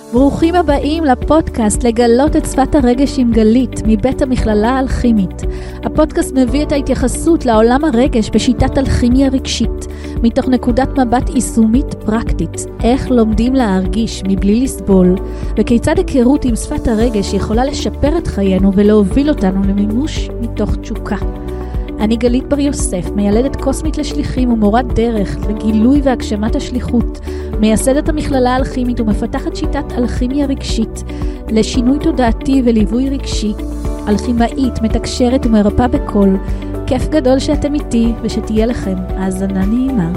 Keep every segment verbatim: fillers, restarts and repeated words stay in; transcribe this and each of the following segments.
ברוכים הבאים לפודקאסט לגלות את שפת הרגש עם גלית מבית המכללה האלכימית. הפודקאסט מביא את ההתייחסות לעולם הרגש בשיטת אלכימיה רגשית, מתוך נקודת מבט יישומית פרקטית, איך לומדים להרגיש מבלי לסבול, וכיצד היכרות עם שפת הרגש יכולה לשפר את חיינו ולהוביל אותנו למימוש מתוך תשוקה. אני גלית בר יוסף, מיילדת קוסמית לשליחים ומורת דרך לגילוי והגשמת השליחות, מייסדת המכללה האלכימית ומפתחת שיטת אלכימיה רגשית לשינוי תודעתי וליווי רגשי, אלכימאית, מתקשרת ומרפאה בכל. כיף גדול שאתם איתי ושתהיה לכם האזנה נעימה.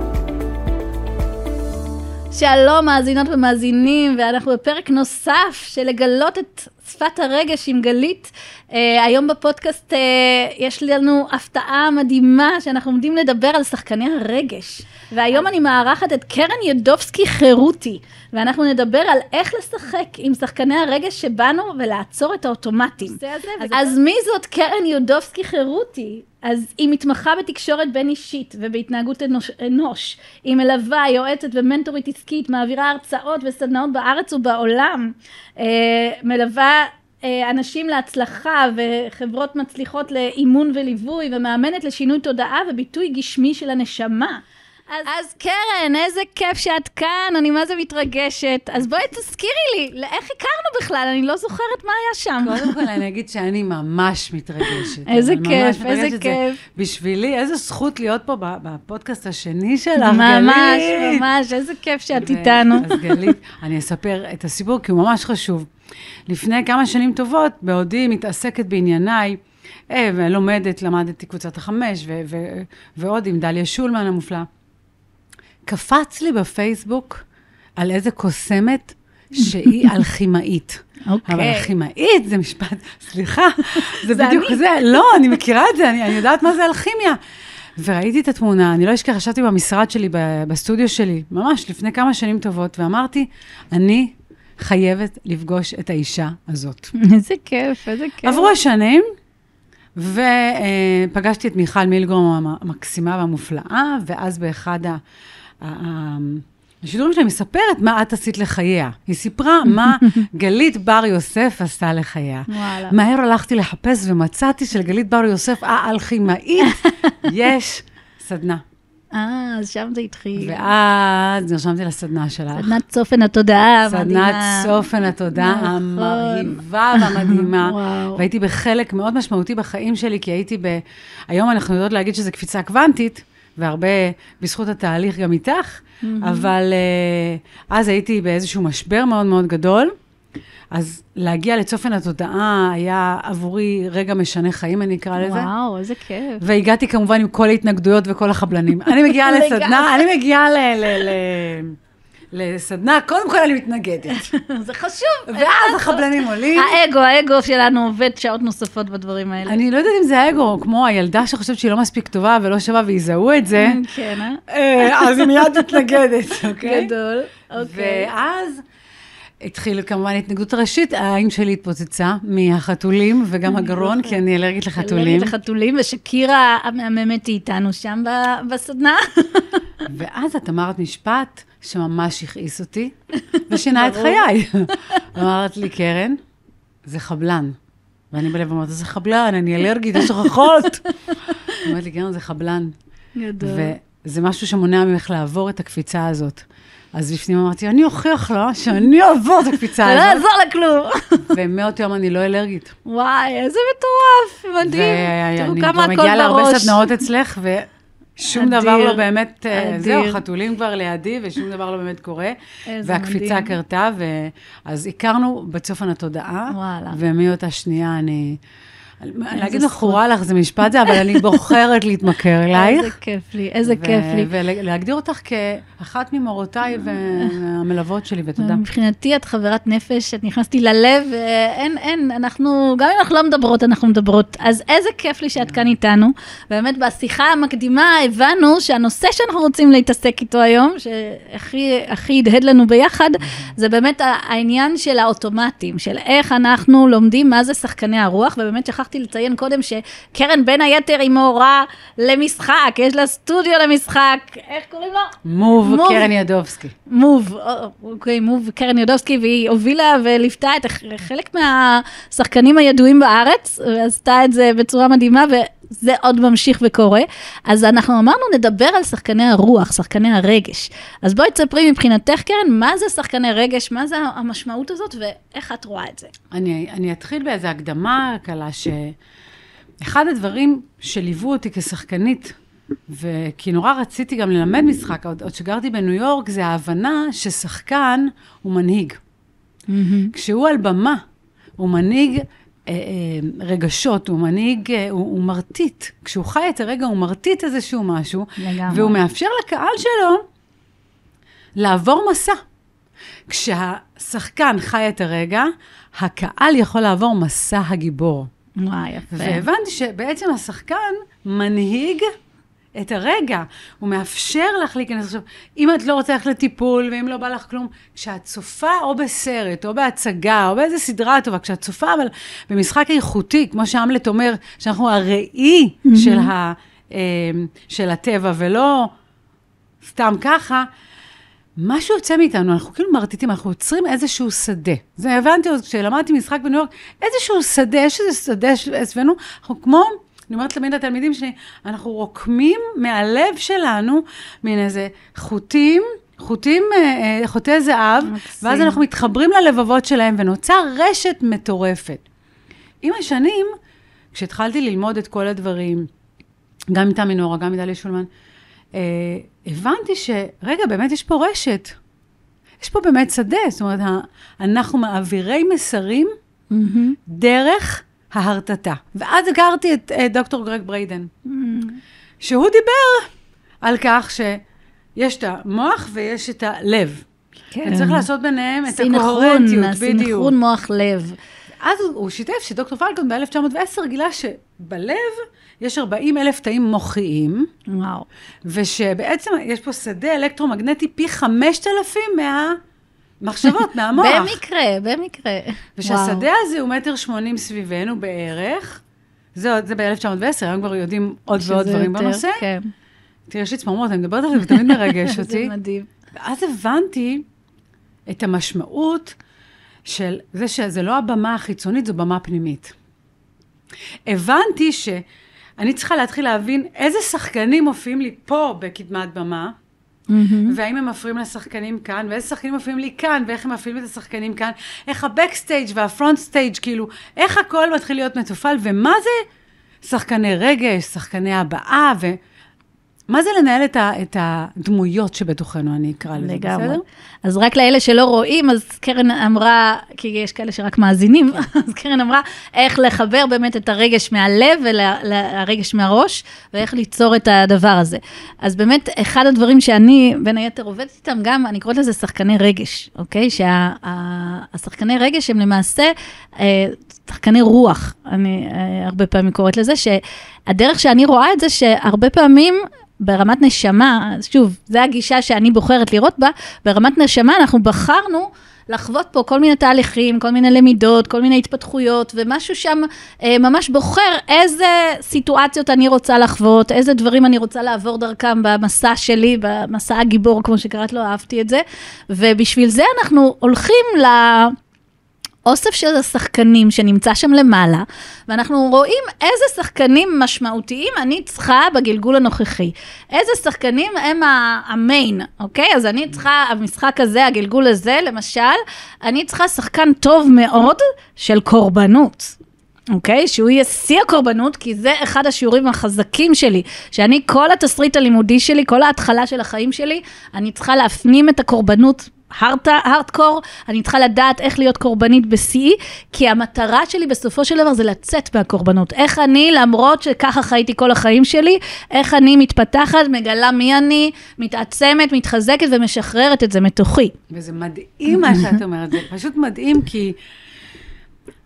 שלום מאזינות ומאזינים, ואנחנו בפרק נוסף של לגלות את שפת הרגש עם גלית. Uh, היום בפודקאסט uh, יש לנו הפתעה מדהימה שאנחנו עומדים לדבר על שחקני הרגש. והיום אני מארחת את קרן יודובסקי חירותי, ואנחנו נדבר על איך לשחק עם שחקני הרגש שבאנו ולעצור את האוטומטים. אז, אז מי זאת קרן יודובסקי חירותי? אז היא מתמחה בתקשורת בין אישית ובהתנהגות אנוש, אנוש. היא מלווה, יועצת ומנטורית עסקית, מעבירה הרצאות וסדנאות בארץ ובעולם. אה, מלווה אה, אנשים להצלחה וחברות מצליחות לאימון וליווי, ומאמנת לשינוי תודעה וביטוי גשמי של הנשמה. אז, אז קרן, איזה כיף שאת כאן, אני מה זה מתרגשת. אז בואי תזכירי לי, לאיך הכרנו בכלל? אני לא זוכרת מה היה שם. קודם כל אני אגיד שאני ממש מתרגשת. איזה כיף, איזה כיף. בשבילי, איזו זכות להיות פה בפודקאסט השני שלך, גלית. ממש, ממש, איזה כיף שאת איתנו. אז גלית, אני אספר את הסיפור, כי הוא ממש חשוב. לפני כמה שנים טובות, בעודי מתעסקת בענייניי, ולומדת, למדתי קבוצת החמש, ועוד עם דליה שולמן המופלאה. קפץ לי בפייסבוק על איזה קוסמת שהיא אלכימאית. אוקיי. אבל אלכימאית זה משפט, סליחה, זה בדיוק זה. לא, אני מכירה את זה, אני, אני יודעת מה זה אלכימיה. וראיתי את התמונה, אני לא אשכח, ישבתי במשרד שלי, בסטודיו שלי, ממש לפני כמה שנים טובות, ואמרתי, אני חייבת לפגוש את האישה הזאת. איזה כיף, איזה כיף. עברו השנים, ופגשתי את מיכל מילגרום המקסימה והמופלאה, ואז באחד ה... השידורים שלה מספרת מה את עשית לחייה. היא סיפרה מה גלית בר יוסף עשתה לחייה. וואלה. מהר הלכתי לחפש ומצאתי שלגלית בר יוסף האלכימאית יש סדנה. אה, אז שם זה התחיל. ואז נרשמתי לסדנה שלה. סדנת צופן התודעה. סדנת צופן התודעה המרהיבה והמדהימה. והייתי בחלק מאוד משמעותי בחיים שלי, כי הייתי ב... היום אנחנו יודעות להגיד שזה קפיצה קוונטית, והרבה בזכות התהליך גם איתך, mm-hmm. אבל uh, אז הייתי באיזשהו משבר מאוד מאוד גדול, אז להגיע לצופן התודעה היה עבורי רגע משנה חיים, אני אקרא לזה. וואו, איזה כיף. והגעתי כמובן עם כל ההתנגדויות וכל החבלנים. אני מגיעה לסדנה, אני מגיעה ל... ל, ל לסדנה, קודם כל אני מתנגדת. זה חשוב. ואז החבלנים עולים. האגו, האגו שלנו עובד שעות נוספות בדברים האלה. אני לא יודעת אם זה האגו, כמו הילדה שחושבת שהיא לא מספיק טובה ולא שווה ויזהו את זה. כן, אה? אז היא מיד מתנגדת, אוקיי? גדול, אוקיי. ואז התחיל כמובן התנגדות ראשית, העין שלי התפוצצה מהחתולים וגם הגרון, כי אני אלרגית לחתולים. אלרגית לחתולים, ושקירה המאממת איתנו שם בסדנה. ואז את אמרת משפט שממש הכעיס אותי, ושינה את חיי. אמרת לי, קרן, זה חבלן. ואני בלב אמרת, זה חבלן, אני אלרגית, יש הוכחות. אמרת לי, קרן, זה חבלן. גדול. וזה משהו שמונע ממך לעבור את הקפיצה הזאת. אז בפנים אמרתי, אני אוכיח לה שאני אעבור את הקפיצה הזאת. זה לא יעזור לה כלום. ומאות יום אני לא אלרגית. וואי, איזה מטורף, מדהים. ואני כבר מגיעה להרבה סדנאות אצלך, ו... שום דבר לא באמת, זהו, חתולים כבר לידי, ושום דבר לא באמת קורה. והקפיצה קרתה, אז הכרנו בצופן התודעה, ומאותה שנייה אני... להגיד לך, חורה לך, זה משפט זה, אבל אני בוחרת להתמכר אלייך. איזה כיף לי, איזה כיף לי. ולהגדיר אותך כאחת ממורותיי והמלוות שלי, ותודה. מבחינתי את חברת נפש, את נכנסתי ללב, ואין, אין, אנחנו, גם אם אנחנו לא מדברות, אנחנו מדברות. אז איזה כיף לי שאת כאן איתנו. באמת, בשיחה המקדימה הבנו שהנושא שאנחנו רוצים להתעסק איתו היום, שהכי הדהד לנו ביחד, זה באמת העניין של האוטומטים, של איך אנחנו לומדים מה זה שחקני הרוח, ובאמת שכחתי שכחתי לציין קודם שקרן בין היתר היא מורה למשחק, יש לה סטודיו למשחק, איך קוראים לו? מוב, מוב. קרן ידובסקי. מוב, אוקיי, מוב קרן ידובסקי, והיא הובילה וליפתה את חלק מהשחקנים הידועים בארץ, ועשתה את זה בצורה מדהימה, וזה עוד ממשיך וקורה. אז אנחנו אמרנו, נדבר על שחקני הרוח, שחקני הרגש. אז בואי תספרי מבחינתך, קרן, מה זה שחקני רגש, מה זה המשמעות הזאת, ואיך את רואה את זה? אני, אני אתחיל באיזו הקדמה קלה, שאחד הדברים שליוו אותי כשחקנית, וכי נורא רציתי גם ללמד משחק, עוד, עוד שגרתי בניו יורק, זה ההבנה ששחקן הוא מנהיג. Mm-hmm. כשהוא על במה, הוא מנהיג אה, אה, רגשות, הוא מנהיג, אה, הוא, הוא מרטיט. כשהוא חי את הרגע, הוא מרטיט איזשהו משהו, לגמרי. והוא מאפשר לקהל שלו לעבור מסע. כשהשחקן חי את הרגע, הקהל יכול לעבור מסע הגיבור. וואי, יפה. והבנתי שבעצם השחקן מנהיג את הרגע, הוא מאפשר לך להיכנס. עכשיו, אם את לא רוצה ללכת לטיפול, ואם לא בא לך כלום, כשאת צופה או בסרט, או בהצגה, או באיזה סדרה טובה, כשאת צופה, אבל במשחק איכותי, כמו שהמלט אומר, שאנחנו הראי mm-hmm. של, ה, של הטבע, ולא סתם ככה, משהו יוצא מאיתנו, אנחנו כאילו מרטיטים, אנחנו יוצרים איזשהו שדה. זה הבנתי עוד, כשלמדתי משחק בניו יורק, איזשהו שדה, יש איזה שדה סביבנו, אנחנו כמו, אני אומרת תמיד לתלמידים שלי, אנחנו רוקמים מהלב שלנו, מן איזה חוטים, חוטים, חוטי זהב, ואז אנחנו מתחברים ללבבות שלהם, ונוצר רשת מטורפת. עם השנים, כשהתחלתי ללמוד את כל הדברים, גם עם תמי נורה, גם עם דליה שולמן, Uh, הבנתי שרגע, באמת יש פה רשת. יש פה באמת שדה. זאת אומרת, אנחנו מעבירי מסרים mm-hmm. דרך ההרתתה. ואז הכרתי את uh, דוקטור גרג בריידן, mm-hmm. שהוא דיבר על כך שיש את המוח ויש את הלב. כן. וצריך לעשות ביניהם את הקוהרנטיות, בדיוק. סינכרון מוח לב. אז הוא, הוא שיתף שדוקטור פלקון ב-אלף תשע מאות ועשר גילה שבלב יש ארבעים אלף תאים מוחיים, וואו. ושבעצם יש פה שדה אלקטרומגנטי פי חמשת אלפים מהמחשבות, מהמוח. במקרה, במקרה. ושהשדה וואו. הזה הוא מטר שמונים סביבנו בערך, זה, זה ב-אלף תשע מאות ועשר, היום כבר יודעים עוד ועוד דברים יותר, בנושא. כן. תראה, יש לי צמרמורת, אני מדברת על זה ותמיד מרגש אותי. זה מדהים. ואז הבנתי את המשמעות של זה שזה לא הבמה החיצונית, זו במה פנימית. הבנתי ש... אני צריכה להתחיל להבין איזה שחקנים מופיעים לי פה בקדמת במה, mm-hmm. והאם הם מפריעים לשחקנים כאן, ואיזה שחקנים מופיעים לי כאן, ואיך הם מפעילים את השחקנים כאן, איך הבקסטייג' והפרונט סטייג', כאילו, איך הכל מתחיל להיות מטופל, ומה זה שחקני רגש, שחקני הבאה, ומה זה לנהל את, ה, את הדמויות שבתוכנו, אני אקרא לזה, לגמרי. בסדר? אז רק לאלה שלא רואים, אז קרן אמרה, כי יש כאלה שרק מאזינים, אז קרן אמרה, איך לחבר באמת את הרגש מהלב והרגש מהראש, ואיך ליצור את הדבר הזה. אז באמת, אחד הדברים שאני, בין היתר, עובדת איתם גם, אני קוראת לזה שחקני רגש, אוקיי? שהשחקני רגש הם למעשה שחקני רוח, אני הרבה פעמים קוראת לזה, שהדרך שאני רואה את זה, שהרבה פעמים, ברמת נשמה, שוב, זו הגישה שאני בוחרת לראות בה, ברמת נשמה אנחנו בחרנו לחוות פה כל מיני תהליכים, כל מיני למידות, כל מיני התפתחויות, ומשהו שם אה, ממש בוחר איזה סיטואציות אני רוצה לחוות, איזה דברים אני רוצה לעבור דרכם במסע שלי, במסע הגיבור, כמו שקראת לו, אהבתי את זה, ובשביל זה אנחנו הולכים ל... אוסף של השחקנים שנמצא שם למעלה, ואנחנו רואים איזה שחקנים משמעותיים אני צריכה בגלגול הנוכחי. איזה שחקנים הם המיין, אוקיי? אז אני צריכה, המשחק הזה, הגלגול הזה, למשל, אני צריכה שחקן טוב מאוד של קורבנות. אוקיי? שהוא יהיה שיא הקורבנות, כי זה אחד השיעורים החזקים שלי, שאני כל התסריט הלימודי שלי, כל ההתחלה של החיים שלי, אני צריכה להפנים את הקורבנות הארדקור, אני צריכה לדעת איך להיות קורבנית ב-סי אי, כי המטרה שלי בסופו של דבר זה לצאת מהקורבנות. איך אני, למרות שככה חייתי כל החיים שלי, איך אני מתפתחת, מגלה מי אני, מתעצמת, מתחזקת ומשחררת את זה מתוכי. וזה מדהים מה שאת אומרת, זה פשוט מדהים, כי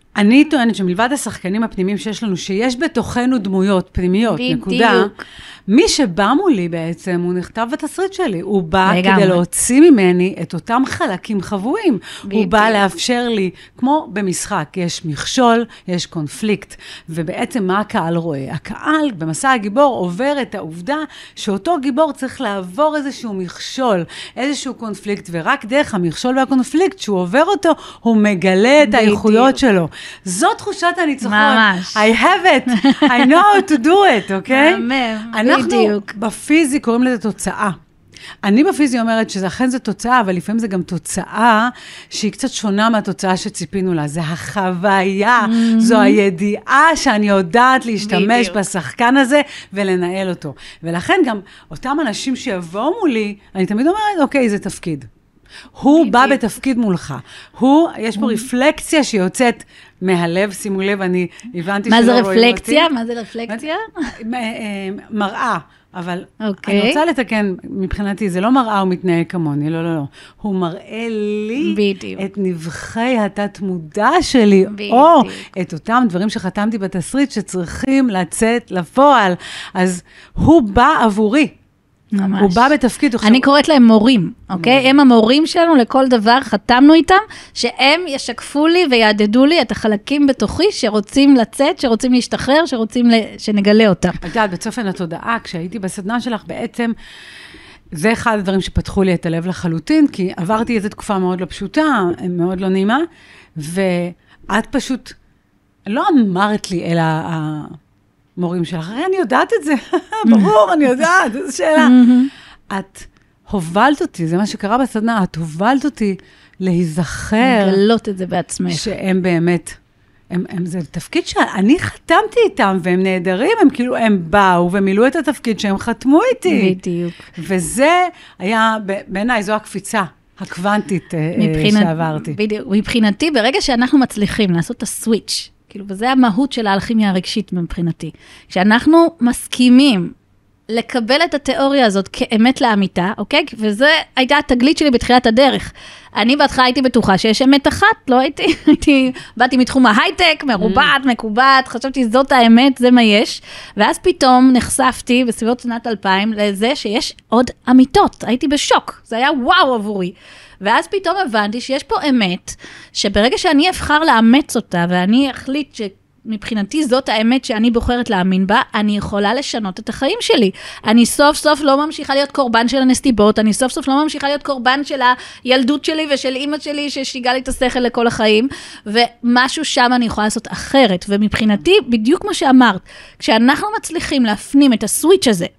אני טוענת שמלבד השחקנים הפנימיים שיש לנו, שיש בתוכנו דמויות פנימיות, בדיוק. נקודה, מי שבא מולי בעצם, הוא נכתב בתסריט שלי, הוא בא לגמרי. כדי להוציא ממני את אותם חלקים חבויים, בדיוק. הוא בא לאפשר לי, כמו במשחק, יש מכשול, יש קונפליקט, ובעצם מה הקהל רואה? הקהל במסע הגיבור עובר את העובדה, שאותו גיבור צריך לעבור איזשהו מכשול, איזשהו קונפליקט, ורק דרך המכשול והקונפליקט, שהוא עובר אותו, הוא מגלה את האיכויות שלו. זו תחושת הניצחון. ממש. I have it, I know how to do it, אוקיי? מהמם, אנחנו בדיוק. בפיזי קוראים לזה תוצאה. אני בפיזי אומרת שאכן זה תוצאה, אבל לפעמים זה גם תוצאה שהיא קצת שונה מהתוצאה שציפינו לה. זה החוויה, mm-hmm. זו הידיעה שאני יודעת להשתמש בדיוק. בשחקן הזה ולנהל אותו. ולכן גם אותם אנשים שיבואו מולי, אני תמיד אומרת, אוקיי, זה תפקיד. הוא בא בתפקיד מולך. הוא, יש פה רפלקציה שיוצאת מהלב, שימו לב, אני הבנתי שלא רואים אותי. מה זה רפלקציה? מה זה רפלקציה? מראה, אבל אוקיי. אני רוצה לתקן, מבחינתי, זה לא מראה הוא מתנהג כמוני, לא, לא, לא. הוא מראה לי בדיוק. את נבחי התת מודע שלי, בדיוק. או את אותם דברים שחתמתי בתסריט שצריכים לצאת לפועל. אז הוא בא עבורי. ממש. הוא בא בתפקיד. אני קוראת להם מורים, אוקיי? הם המורים שלנו לכל דבר, חתמנו איתם, שהם ישקפו לי ויעדדו לי את החלקים בתוכי שרוצים לצאת, שרוצים להשתחרר, שרוצים שנגלה אותם. את יודעת, בצופן התודעה, כשהייתי בסדנה שלך, בעצם, זה אחד הדברים שפתחו לי את הלב לחלוטין, כי עברתי איזו תקופה מאוד לא פשוטה, מאוד לא נעימה, ואת פשוט לא אמרת לי, אלא המורים שלך, הרי אני יודעת את זה, ברור, אני יודעת, זו שאלה. את הובלת אותי, זה מה שקרה בסדנה, את הובלת אותי להיזכר. לגלות את זה בעצמך. שהם באמת, הם, הם, זה תפקיד שאני חתמתי איתם, והם נהדרים, הם כאילו, הם באו ומילאו את התפקיד שהם חתמו איתי. בדיוק. וזה היה, בעיניי, זו הקפיצה הקוונטית מבחינת, שעברתי. בדיוק. מבחינתי, ברגע שאנחנו מצליחים לעשות את הסוויץ', כאילו, וזה המהות של האלכימיה הרגשית מבחינתי. כשאנחנו מסכימים לקבל את התיאוריה הזאת כאמת לאמיתה, אוקיי? וזה הייתה התגלית שלי בתחילת הדרך. אני בהתחלה הייתי בטוחה שיש אמת אחת, לא הייתי, הייתי, באתי מתחום ההייטק, מרובעת, מקובעת, חשבתי זאת האמת, זה מה יש. ואז פתאום נחשפתי בסביבות שנת אלפיים לזה שיש עוד אמיתות. הייתי בשוק, זה היה וואו עבורי. ואז פתאום הבנתי שיש פה אמת, שברגע שאני אבחר לאמץ אותה, ואני אחליט שמבחינתי זאת האמת שאני בוחרת להאמין בה, אני יכולה לשנות את החיים שלי. אני סוף סוף לא ממשיכה להיות קורבן של הנסיבות, אני סוף סוף לא ממשיכה להיות קורבן של הילדות שלי ושל אמא שלי, ששיגעה לי את השכל לכל החיים, ומשהו שם אני יכולה לעשות אחרת. ומבחינתי, בדיוק מה שאמרת, כשאנחנו מצליחים להפנים את הסוויץ' הזה,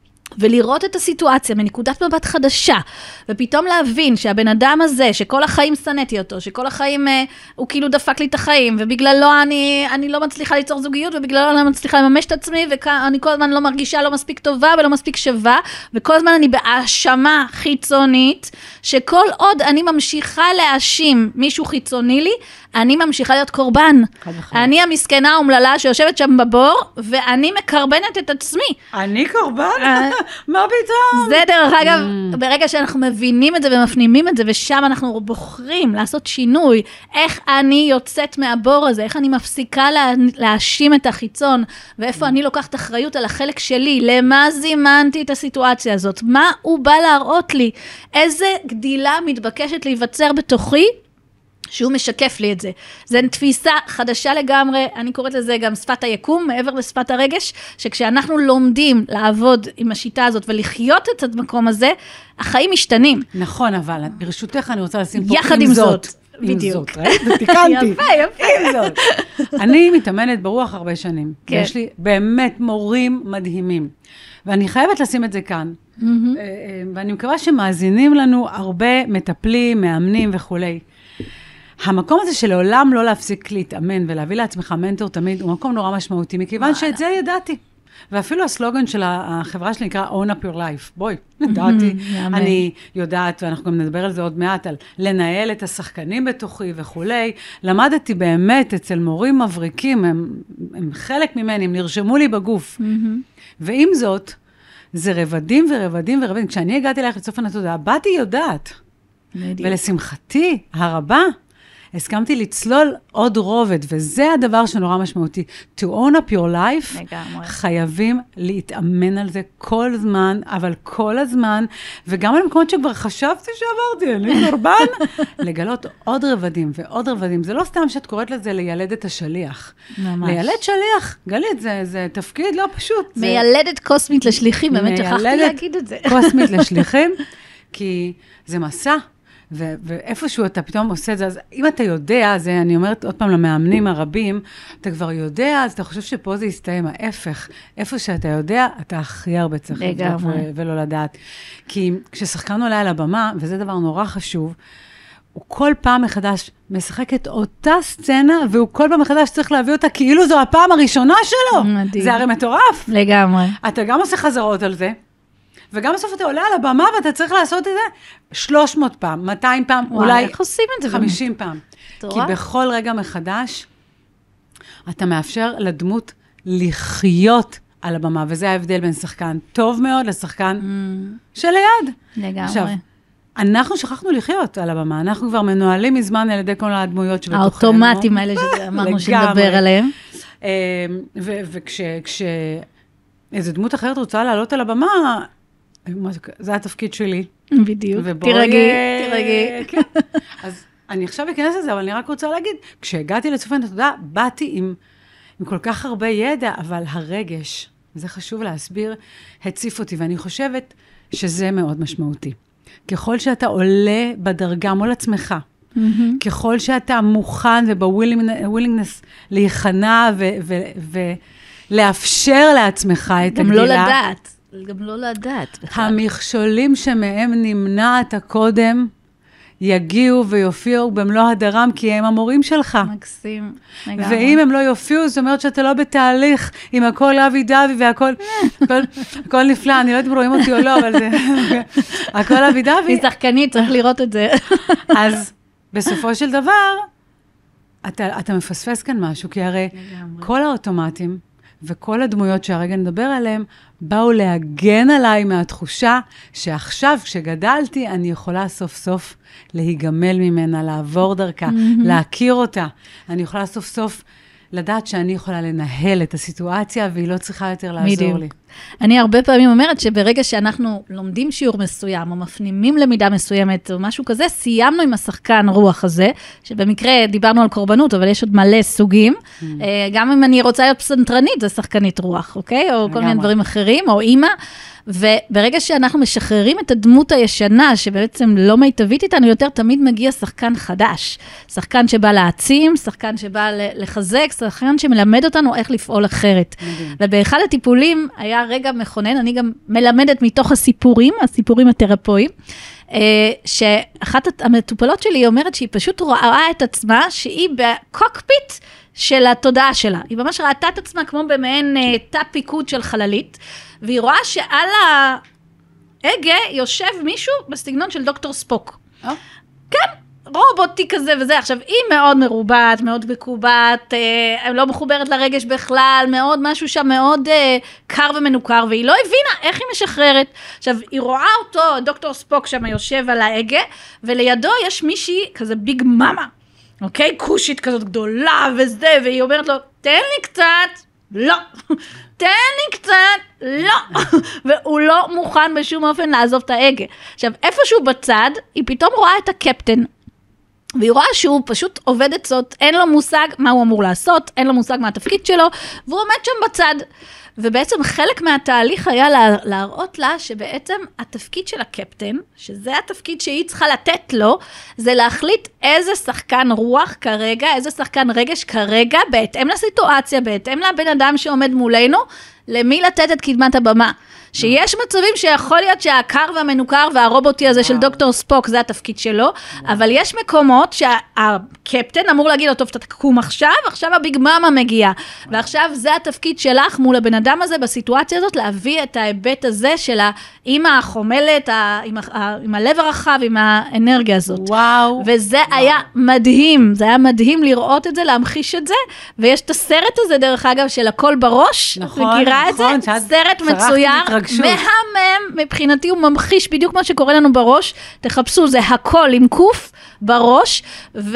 ולראות את הסיטואציה מנקודת מבט חדשה, ופתאום להבין שהבן אדם הזה, שכל החיים סנתי אותו, שכל החיים אה, הוא כאילו דפק לי את החיים, ובגללו אני, אני לא מצליחה ליצור זוגיות, ובגללו אני לא מצליחה לממש את עצמי, ואני כל הזמן לא מרגישה לא מספיק טובה ולא מספיק שווה, וכל הזמן אני בהאשמה חיצונית, שכל עוד אני ממשיכה להאשים מישהו חיצוני לי, אני ממשיכה להיות קורבן. אני המסכנה האומללה שיושבת שם בבור, ואני מקרבנת את עצמי. אני קורבן? מה פתאום? זה דרך אגב, ברגע שאנחנו מבינים את זה ומפנימים את זה, ושם אנחנו בוחרים לעשות שינוי, איך אני יוצאת מהבור הזה, איך אני מפסיקה להאשים את החיצון, ואיפה אני לוקחת אחריות על החלק שלי, למה זימנתי את הסיטואציה הזאת, מה הוא בא להראות לי, איזה גדילה מתבקשת להיווצר בתוכי, שהוא משקף לי את זה. זו תפיסה חדשה לגמרי, אני קוראת לזה גם שפת היקום, מעבר לשפת הרגש, שכשאנחנו לומדים לעבוד עם השיטה הזאת, ולחיות את המקום הזה, החיים משתנים. נכון, אבל ברשותך אני רוצה לשים פה יחד עם זאת. בדיוק. תיקנתי. יפה, יפה. עם זאת. אני מתאמנת ברוח הרבה שנים. יש לי באמת מורים מדהימים. ואני חייבת לשים את זה כאן. ואני מקווה שמאזינים לנו הרבה מטפלים, מאמנים וכולי. המקום הזה שלעולם לא להפסיק להתאמן ולהביא לעצמך מנטור תמיד, הוא מקום נורא משמעותי, מכיוון שאת זה ידעתי. ואפילו הסלוגן של החברה שלי נקרא Own Up Your Life. בואי, ידעתי. אני יודעת, ואנחנו גם נדבר על זה עוד מעט, על לנהל את השחקנים בתוכי וכולי. למדתי באמת אצל מורים מבריקים, הם, הם חלק ממני, הם נרשמו לי בגוף. ועם זאת, זה רבדים ורבדים ורבדים. כשאני הגעתי לך לצופן התודעה, באתי יודעת. ולשמחתי הרבה, הסכמתי לצלול עוד רובד, וזה הדבר שנורא משמעותי. To own up your life, לגמרי. חייבים להתאמן על זה כל זמן, אבל כל הזמן, וגם על המקומות שכבר חשבתי שעברתי, אני קורבן, לגלות עוד רבדים ועוד רבדים. זה לא סתם שאת קוראת לזה לילד את השליח. ממש. לילד שליח, גלית, זה, זה תפקיד לא פשוט. מיילדת קוסמית לשליחים, באמת שכחתי להגיד את זה. קוסמית לשליחים, כי זה מסע, ו- ואיפשהו אתה פתאום עושה את זה, אז אם אתה יודע, זה אני אומרת עוד פעם למאמנים הרבים, אתה כבר יודע, אז אתה חושב שפה זה יסתיים ההפך. איפה שאתה יודע, אתה הכי הרבה צריך לבדוק ו- ולא לדעת. כי כששחקן עולה על הבמה, וזה דבר נורא חשוב, הוא כל פעם מחדש משחק את אותה סצנה, והוא כל פעם מחדש צריך להביא אותה כאילו זו הפעם הראשונה שלו. מדהים. זה הרי מטורף. לגמרי. אתה גם עושה חזרות על זה, וגם בסוף אתה עולה על הבמה, ואתה צריך לעשות את זה שלוש מאות פעם, מאתיים פעם, וואי, אולי איך עושים את זה חמישים פעם. תורה. כי בכל רגע מחדש, אתה מאפשר לדמות לחיות על הבמה, וזה ההבדל בין שחקן טוב מאוד לשחקן mm. שליד. לגמרי. עכשיו, אנחנו שכחנו לחיות על הבמה, אנחנו כבר מנוהלים מזמן על ידי כל הדמויות שבתוכנו. האוטומטים האלה שאמרנו שנדבר עליהם. וכשאיזו דמות אחרת רוצה לעלות על הבמה, זה התפקיד שלי. בדיוק. תירגעי, תירגעי. כן. אז אני עכשיו אכנס לזה, אבל אני רק רוצה להגיד, כשהגעתי לצופן התודעה, באתי עם, עם כל כך הרבה ידע, אבל הרגש, וזה חשוב להסביר, הציף אותי, ואני חושבת שזה מאוד משמעותי. ככל שאתה עולה בדרגה מול עצמך, mm-hmm. ככל שאתה מוכן ובווילינגנס להיכנע ולאפשר לעצמך את גם הגדילה. לא לדעת, גם לא לדעת. בכלל. המכשולים שמהם נמנעת הקודם, יגיעו ויופיעו במלוא הדרם, כי הם המורים שלך. מקסים. ואם הם לא יופיעו, זאת אומרת שאתה לא בתהליך, עם הכל אבי דבי והכל, הכל, הכל נפלא, אני לא יודעת אם רואים אותי או לא, אבל זה, הכל אבי דבי. היא שחקנית, צריך לראות את זה. אז בסופו של דבר, אתה, אתה מפספס כאן משהו, כי הרי כל האוטומטים, וכל הדמויות שהרגע נדבר עליהם, באו להגן עליי מהתחושה שעכשיו, כשגדלתי, אני יכולה סוף סוף להיגמל ממנה, לעבור דרכה, mm-hmm. להכיר אותה. אני יכולה סוף סוף לדעת שאני יכולה לנהל את הסיטואציה, והיא לא צריכה יותר לעזור בדיוק. לי. אני הרבה פעמים אומרת שברגע שאנחנו לומדים שיעור מסוים, או מפנימים למידה מסוימת, או משהו כזה, סיימנו עם השחקן רוח הזה, שבמקרה דיברנו על קורבנות, אבל יש עוד מלא סוגים. Mm. גם אם אני רוצה להיות פסנתרנית, זה שחקנית רוח, אוקיי? או כל מיני דברים אחרים, או אימא. וברגע שאנחנו משחררים את הדמות הישנה, שבעצם לא מיטבית איתנו יותר, תמיד מגיע שחקן חדש. שחקן שבא להעצים, שחקן שבא לחזק, שחקן שמלמד אותנו איך לפעול אחרת. מדהים. ובאחד הטיפולים היה רגע מכונן, אני גם מלמדת מתוך הסיפורים, הסיפורים התרפואיים, שאחת המטופלות שלי אומרת שהיא פשוט רואה את עצמה, שהיא בקוקפיט של התודעה שלה. היא ממש ראתה את עצמה כמו במעין תא פיקוד של חללית, והיא רואה שעל ההגה יושב מישהו בסגנון של דוקטור ספוק. Oh. כן, רובוטי כזה וזה. עכשיו, היא מאוד מרובעת, מאוד מקובעת, אה, לא מחוברת לרגש בכלל, מאוד משהו שם מאוד אה, קר ומנוכר, והיא לא הבינה איך היא משחררת. עכשיו, היא רואה אותו, דוקטור ספוק שם יושב על ההגה, ולידו יש מישהי כזה ביג מאמה, אוקיי? קושית כזאת גדולה וזה, והיא אומרת לו, תן לי קצת, לא. תן לי קצת, לא. והוא לא מוכן בשום אופן לעזוב את ההגה. עכשיו, איפשהו בצד, היא פתאום רואה את הקפטן, והיא רואה שהוא פשוט עובד עצות, אין לו מושג מה הוא אמור לעשות, אין לו מושג מה התפקיד שלו, והוא עומד שם בצד. ובעצם חלק מהתהליך היה לה, להראות לה שבעצם התפקיד של הקפטן, שזה התפקיד שהיא צריכה לתת לו, זה להחליט איזה שחקן רוח כרגע, איזה שחקן רגש כרגע, בהתאם לסיטואציה, בהתאם לבן אדם שעומד מולנו, למי לתת את קדמת הבמה. שיש מצבים שיכול להיות שהקר והמנוכר והרובוטי הזה של דוקטור ספוק, זה התפקיד שלו, אבל יש מקומות שהקפטן אמור להגיד לו, טוב, אתה תקום עכשיו, עכשיו הביג מאמה מגיע, ועכשיו זה התפקיד שלך מול הבן אדם הזה בסיטואציה הזאת, להביא את ההיבט הזה של האמא החומלת, עם הלב הרחב, עם האנרגיה הזאת. וואו. וזה היה מדהים, זה היה מדהים לראות את זה, להמחיש את זה, ויש את הסרט הזה, דרך אגב, של הכל בראש, מכירה את זה? סרט מצויר. מהמם, מבחינתי הוא ממחיש בדיוק מה שקורה לנו בראש, תחפשו, זה הכל עם קוף בראש, והוא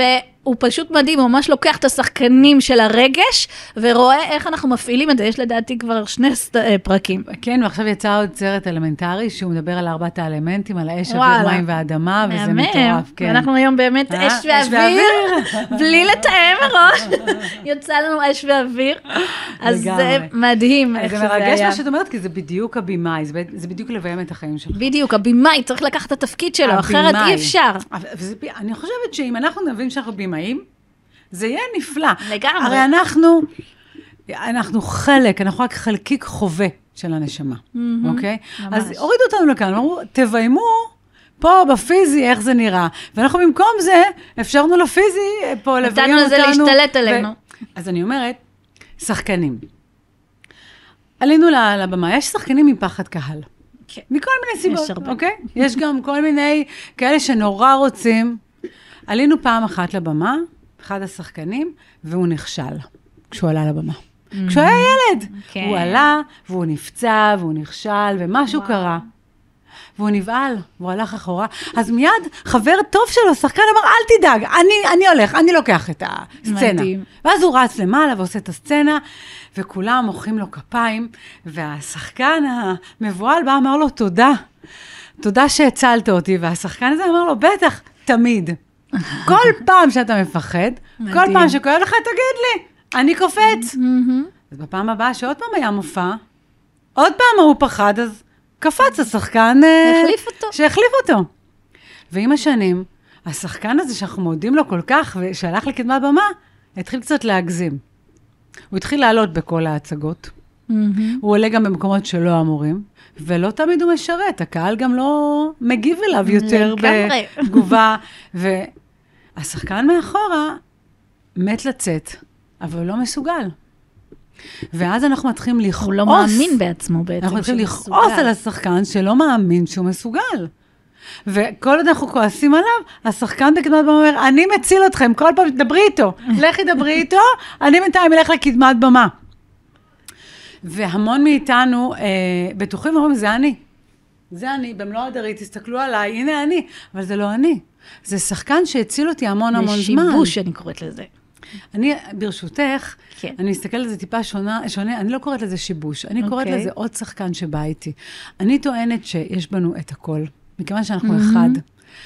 הוא פשוט מדהים, הוא ממש לוקח את השחקנים של הרגש, ורואה איך אנחנו מפעילים את זה. יש לדעתי כבר שני פרקים. כן, ועכשיו יצא עוד סרט אלמנטרי, שהוא מדבר על ארבעת האלמנטים, על האש, אוויר, מים ואדמה, וזה מטורף. ואנחנו היום באמת אש ואוויר, בלי לתאם מראש. יוצא לנו אש ואוויר. אז זה מדהים איך שזה היה. זה מרגש מה שאת אומרת, כי זה בדיוק הבימאי, זה בדיוק לביים את החיים שלך. בדיוק, הבימאי צריך לקחת את התפקיד שלו, אחרת אי אפשר. אני חושבת שאם אנחנו נבין שאנחנו בימאים, זה יהיה נפלא. לגמרי. הרי אנחנו, אנחנו חלק, אנחנו רק חלקיק חווה של הנשמה, אוקיי? אז הורידו אותנו לכאן, אמרו, תביימו פה בפיזי איך זה נראה, ואנחנו במקום זה, אפשרנו לפיזי פה לביים אותנו. נתנו לזה להשתלט עלינו. אז אני אומרת, שחקנים. עלינו לבמה, יש שחקנים מפחד קהל. מכל מיני סיבות, אוקיי? יש גם כל מיני כאלה שנורא רוצים. עלינו פעם אחת לבמה, אחד השחקנים, והוא נכשל, כשהוא עלה לבמה. כשהוא היה ילד, הוא עלה, והוא נפצע, והוא נכשל, ומשהו קרה. והוא נבעל, והוא הלך אחורה. אז מיד חבר טוב שלו, שחקן אמר, אל תדאג, אני, אני הולך, אני לוקח את הסצנה. ואז הוא רץ למעלה ועושה את הסצנה, וכולם מוחאים לו כפיים, והשחקן המבועל בא, אמר לו, תודה, תודה שהצלת אותי, והשחקן הזה אמר לו, בטח, תמיד. כל פעם שאתה מפחד, כל פעם שכואב לך, תגיד לי, אני קופץ. אז בפעם הבאה שעוד פעם היה מופע, עוד פעם הוא פחד, אז קפץ השחקן החליף אותו. שהחליף אותו. ועם השנים, השחקן הזה שאנחנו מודים לו כל כך, ושהלך לקדמת במה, התחיל קצת להגזים. הוא התחיל לעלות בכל ההצגות. הוא עולה גם במקומות שלא אמורים, ולא תמיד הוא משרת. הקהל גם לא מגיב אליו יותר בתגובה. והשחקן מאחורה מת לצאת, אבל הוא לא מסוגל. ואז אנחנו מתחילים לכעוס. הוא לא מאמין בעצמו בעצם. אנחנו מתחילים לכעוס על השחקן שלא מאמין שהוא מסוגל. וכל עוד אנחנו כועסים עליו, השחקן בקדמת במה אומר, אני מציל אתכם, כל פעם דברי איתו. לכי דברי איתו, אני בינתיים אלך לקדמת במה. והמון מאיתנו אה, בטוחים אומרים, זה אני. זה אני, במלוא הדרית, תסתכלו עליי, הנה אני. אבל זה לא אני. זה שחקן שהציל אותי המון המון זמן. זה שיבוש, אני קוראת לזה. אני, ברשותך, כן. אני אסתכל על זה טיפה שונה, שונה, אני לא קוראת לזה שיבוש, אני okay. קוראת לזה עוד שחקן שבא איתי. אני טוענת שיש בנו את הכל, מכיוון שאנחנו mm-hmm. אחד,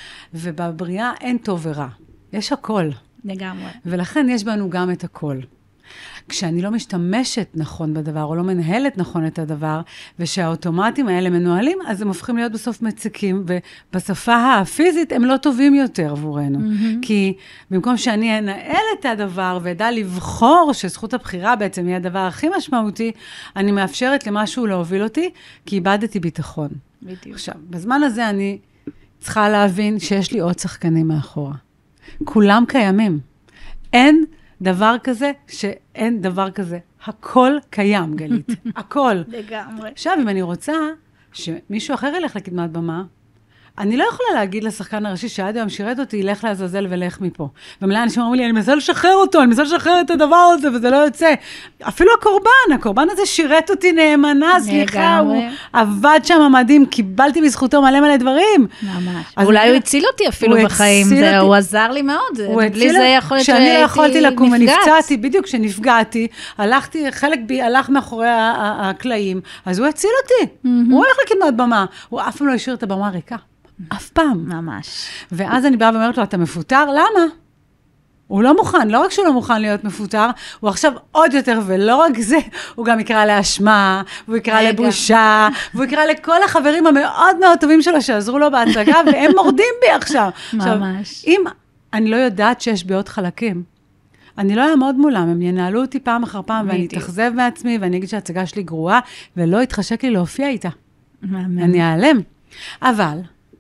ובבריאה אין טוב ורע, יש הכל. לגמרי. ולכן יש בנו גם את הכל. כשאני לא משתמשת נכון בדבר, או לא מנהלת נכון את הדבר, ושהאוטומטים האלה מנוהלים, אז הם הופכים להיות בסוף מציקים, ובשפה הפיזית הם לא טובים יותר עבורנו. Mm-hmm. כי במקום שאני אנהל את הדבר, וידע לבחור שזכות הבחירה בעצם היא הדבר הכי משמעותי, אני מאפשרת למשהו להוביל אותי, כי איבדתי ביטחון. בדיוק. עכשיו, בזמן הזה אני צריכה להבין שיש לי עוד שחקנים מאחורה. כולם קיימים. אין דבר כזה שאין דבר כזה. הכל קיים, גלית. הכל. לגמרי. עכשיו, אם אני רוצה שמישהו אחר ילך לקדמת במה, אני לא יכולה להגיד לשחקן הראשי שעד היום שירת אותי, ילך לעזאזל ולך מפה. ומלא אנשים אומרים לי, אני מנסה לשחרר אותו, אני מנסה לשחרר את הדבר הזה, וזה לא יוצא. אפילו הקורבן, הקורבן הזה שירת אותי נאמנה, סליחה, הוא עבד שם מדהים, קיבלתי בזכותו מלא מלא דברים. ממש. אולי הוא הציל אותי אפילו בחיים, הוא עזר לי מאוד. בלי זה יכול להיות שהייתי נפגעת. כשאני לא יכולתי לקום ונפצעתי, בדיוק כשנפגעתי, הלכתי, חלק בי הלך מאחורי הקלעים, אז הוא הציל אותי. הוא הולך לקדמת במה. הוא אף פעם לא השאיר את הבמה ריקה. אף פעם. ממש. ואז אני באה ואומרת לו, אתה מפוטר? למה? הוא לא מוכן, לא רק שהוא לא מוכן להיות מפוטר, הוא עכשיו עוד יותר, ולא רק זה, הוא גם יקרא לאשמה, הוא יקרא לבושה, והוא יקרא לכל החברים המאוד מאוד טובים שלו, שעזרו לו בהצגה, והם מורדים בי עכשיו. ממש. עכשיו, אם אני לא יודעת שיש בי עוד חלקים, אני לא אעמוד מולם, הם ינהלו אותי פעם אחר פעם, ואני אתאכזב מעצמי, ואני אגיד שההצגה שלי גרועה, ולא יתחשק לי להופיע איתה. אני אעלם. אבל,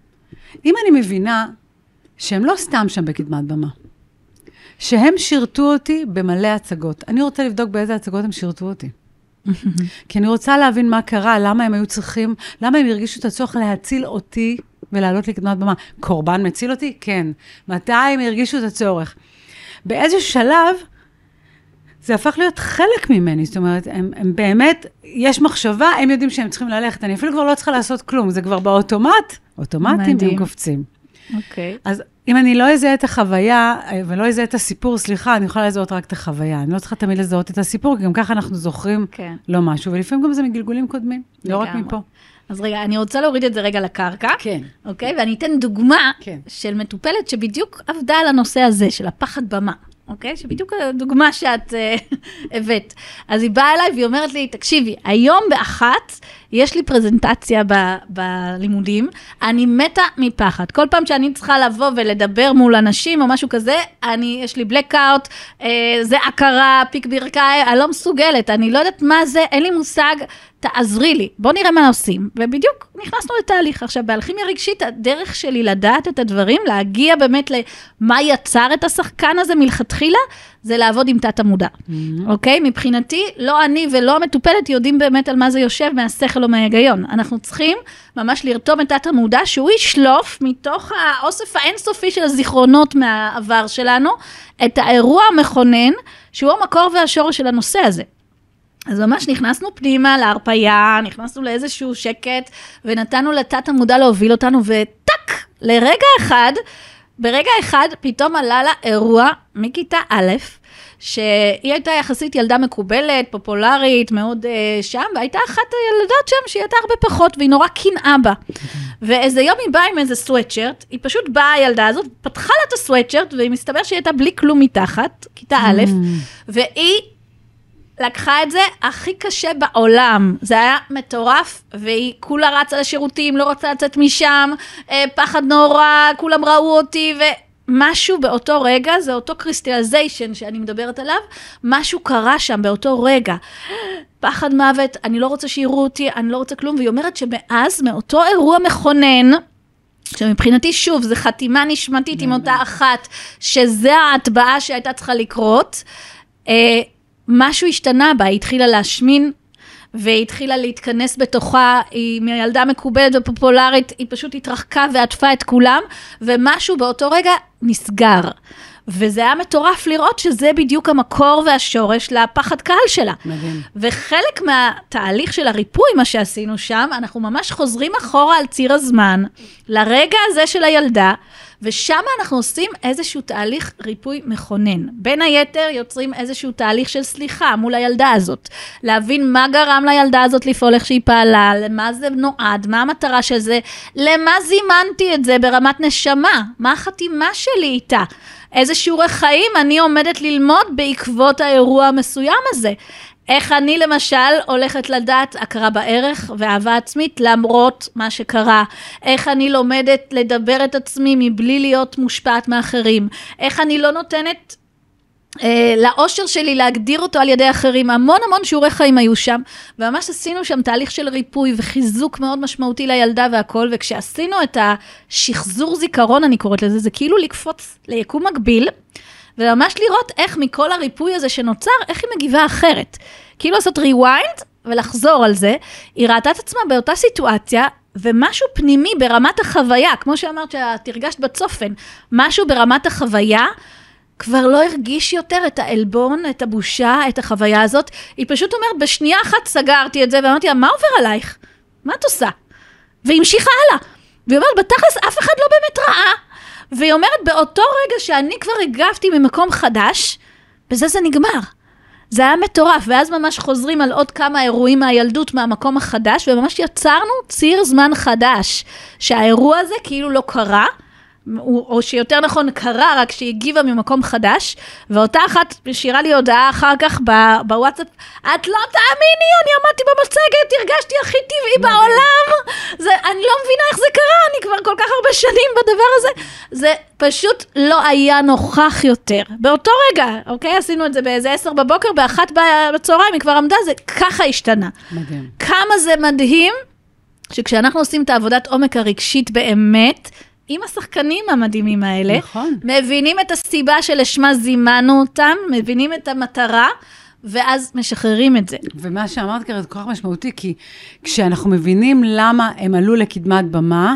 אם אני מבינה שהם לא סתם שם בקדמת במה, שהם שירתו אותי במלא הצגות. אני רוצה לבדוק באיזה הצגות הם שירתו אותי. כי אני רוצה להבין מה קרה, למה הם היו צריכים, למה הם הרגישו את הצורך להציל אותי ולעלות לקדמת במה. קורבן מציל אותי? כן. מתי הם הרגישו את הצורך? באיזשהו שלב, זה הפך להיות חלק ממני, זאת אומרת, הם, הם באמת, יש מחשבה, הם יודעים שהם צריכים ללכת, אני אפילו כבר לא צריכה לעשות כלום, זה כבר באוטומט, אוטומטים הם קופצים. אוקיי. אז אם אני לא אזהה את החוויה, ולא אזהה את הסיפור, סליחה, אני יכולה לזהות רק את החוויה. אני לא צריכה תמיד לזהות את הסיפור, כי גם ככה אנחנו זוכרים כן. לא משהו, ולפעמים גם זה מגלגולים קודמים, לא רק מפה. אז רגע, אני רוצה להוריד את זה רגע לקרקע. כן. אוקיי? ואני אתן דוגמה כן. של מטופלת שבדיוק עבדה על הנושא הזה, של הפחד במה. אוקיי? שבדיוק הדוגמה שאת uh, הבאת. אז היא באה אליי והיא אומרת לי, תקשיבי, היום באחת יש לי פרזנטציה ב- בלימודים, אני מתה מפחד. כל פעם שאני צריכה לבוא ולדבר מול אנשים או משהו כזה, אני, יש לי בלקאוט, אה, זה הכרה, פיק ברכיים, אני לא מסוגלת, אני לא יודעת מה זה, אין לי מושג, תעזרי לי, בוא נראה מה עושים. ובדיוק נכנסנו לתהליך. עכשיו, באלכימיה רגשית, הדרך שלי לדעת את הדברים, להגיע באמת למה יצר את השחקן הזה מלכתחילה, זה לעבוד עם תת המודע. אוקיי? מבחינתי, לא אני ולא המטופלת יודעים באמת על מה זה יושב מהשכל או מההיגיון. אנחנו צריכים ממש לרתום את תת המודע, שהוא ישלוף מתוך האוסף האינסופי של הזיכרונות מהעבר שלנו, את האירוע המכונן, שהוא המקור והשורש של הנושא הזה. אז ממש נכנסנו פנימה להרפיה, נכנסנו לאיזשהו שקט, ונתנו לתת המודע להוביל אותנו, וטק, לרגע אחד, ברגע אחד פתאום עלה לה אירוע מכיתה א', שהיא הייתה יחסית ילדה מקובלת, פופולרית, מאוד uh, שם, והייתה אחת הילדות שם שהיא הייתה הרבה פחות, והיא נורא קנאה בה. ואיזה יום היא באה עם איזה סוואטשרט, היא פשוט באה הילדה הזאת, פתחה לה את הסוואטשרט, והיא מסתבר שהיא הייתה בלי כלום מתחת, כיתה א', והיא לקחה את זה הכי קשה בעולם, זה היה מטורף, והיא כולה רצה לשירותים, לא רצה לצאת משם, פחד נורא, כולם ראו אותי, ומשהו באותו רגע, זה אותו קריסטליזיישן שאני מדברת עליו, משהו קרה שם באותו רגע, פחד מוות, אני לא רוצה שיראו אותי, אני לא רוצה כלום, והיא אומרת שמאז, מאותו אירוע מכונן, שמבחינתי שוב, זה חתימה נשמתית עם אותה אחת, שזה ההטבעה שהייתה צריכה לקרות, משהו השתנה בה, היא התחילה להשמין, והיא התחילה להתכנס בתוכה, היא מילדה מקובלת ופופולרית, היא פשוט התרחקה ועטפה את כולם, ומשהו באותו רגע נסגר. וזה היה מטורף לראות שזה בדיוק המקור והשורש לפחד קהל שלה. מדהים. וחלק מהתהליך של הריפוי, מה שעשינו שם, אנחנו ממש חוזרים אחורה על ציר הזמן, לרגע הזה של הילדה, ושם אנחנו עושים איזשהו תהליך ריפוי מכונן. בין היתר יוצרים איזשהו תהליך של סליחה מול הילדה הזאת. להבין מה גרם לילדה הזאת לפעול איך שהיא פעלה, למה זה נועד, מה המטרה של זה, למה זימנתי את זה ברמת נשמה, מה החתימה שלי איתה. איזה שיעורי חיים אני עומדת ללמוד בעקבות האירוע המסוים הזה. איך אני למשל הולכת לדעת הכרה בערך ואהבה עצמית למרות מה שקרה. איך אני לומדת לדבר את עצמי מבלי להיות מושפעת מאחרים. איך אני לא נותנת אה, לאושר שלי להגדיר אותו על ידי אחרים. המון המון שיעורי חיים היו שם. וממש עשינו שם תהליך של ריפוי וחיזוק מאוד משמעותי לילדה והכל. וכשעשינו את השחזור זיכרון, אני קוראת לזה, זה כאילו לקפוץ ליקום מקביל. וממש לראות איך מכל הריפוי הזה שנוצר, איך היא מגיבה אחרת. כאילו לעשות rewind ולחזור על זה, היא ראתה את עצמה באותה סיטואציה, ומשהו פנימי ברמת החוויה, כמו שאמרת שאת הרגשת בצופן, משהו ברמת החוויה, כבר לא הרגיש יותר את העלבון, את הבושה, את החוויה הזאת. היא פשוט אומרת, בשנייה אחת סגרתי את זה, ואמרתי לה, מה עובר עלייך? מה את עושה? והיא המשיכה הלאה. והיא אומרת, בתכלס אף אחד לא באמת ראה, והיא אומרת, באותו רגע שאני כבר הגבתי ממקום חדש, בזה זה נגמר. זה היה מטורף, ואז ממש חוזרים על עוד כמה אירועים מהילדות מהמקום החדש, וממש יצרנו ציר זמן חדש, שהאירוע הזה כאילו לא קרה, או שיותר נכון קרה, רק שהיא הגיבה ממקום חדש, ואותה אחת שירה לי הודעה אחר כך בוואטסאפ, את לא תאמיני, אני עמדתי במצגת, הרגשתי הכי טבעי בעולם, זה, אני לא מבינה איך זה קרה, אני כבר כל כך הרבה שנים בדבר הזה, זה פשוט לא היה נוכח יותר. באותו רגע, אוקיי, עשינו את זה באיזה עשר בבוקר, באחת בצהריים, היא כבר עמדה, זה ככה השתנה. מדהים. כמה זה מדהים, שכשאנחנו עושים את העבודת עומק הרגשית באמת, עם השחקנים המדהימים האלה, נכון. מבינים את הסיבה שלשמה זימנו אותם, מבינים את המטרה, ואז משחררים את זה. ומה שאמרת כרגע, זה כל כך משמעותי, כי כשאנחנו מבינים למה הם עלו לקדמת במה,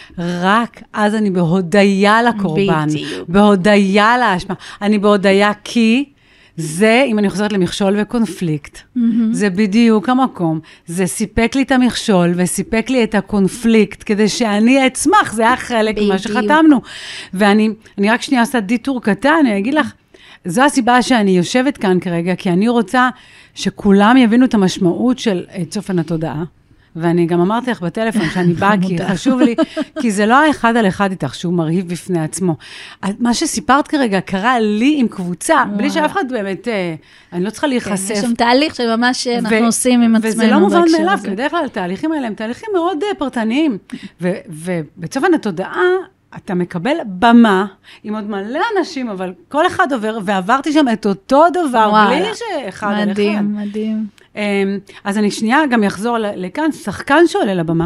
רק אז אני בהודיה לקורבן, בדיוק. בהודיה לאשמה. אני בהודיה כי זה, אם אני חוזרת למכשול וקונפליקט, mm-hmm. זה בדיוק המקום. זה סיפק לי את המכשול, וסיפק לי את הקונפליקט, כדי שאני אצמח, זה היה חלק ממה שחתמנו. ואני אני רק שנייה עושה דיטור קטן, אני אגיד לך, זו הסיבה שאני יושבת כאן כרגע, כי אני רוצה שכולם יבינו את המשמעות של צופן התודעה, ואני גם אמרתי לך בטלפון שאני באה, כי חשוב לי, כי זה לא האחד על אחד איתך, שהוא מרהיב בפני עצמו. מה שסיפרת כרגע קרה לי עם קבוצה, בלי שאף אחד באמת, אני לא צריכה להיחשף. יש שם תהליך שממש אנחנו עושים עם עצמנו. וזה לא מובן מאליו, כי בדרך כלל התהליכים האלה הם תהליכים מאוד פרטניים, ובצופן התודעה, אתה מקבל במה עם עוד מלא אנשים, אבל כל אחד עובר, ועברתי שם את אותו דבר, בלי שאחד על אחד. מדהים, מדהים. אז אני שנייה גם אחזור לכאן, שחקן שעולה לבמה.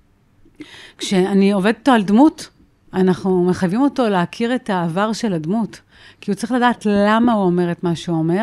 כשאני עובדת אותו על דמות, אנחנו מחייבים אותו להכיר את העבר של הדמות, כי הוא צריך לדעת למה הוא אומר את מה שהוא אומר,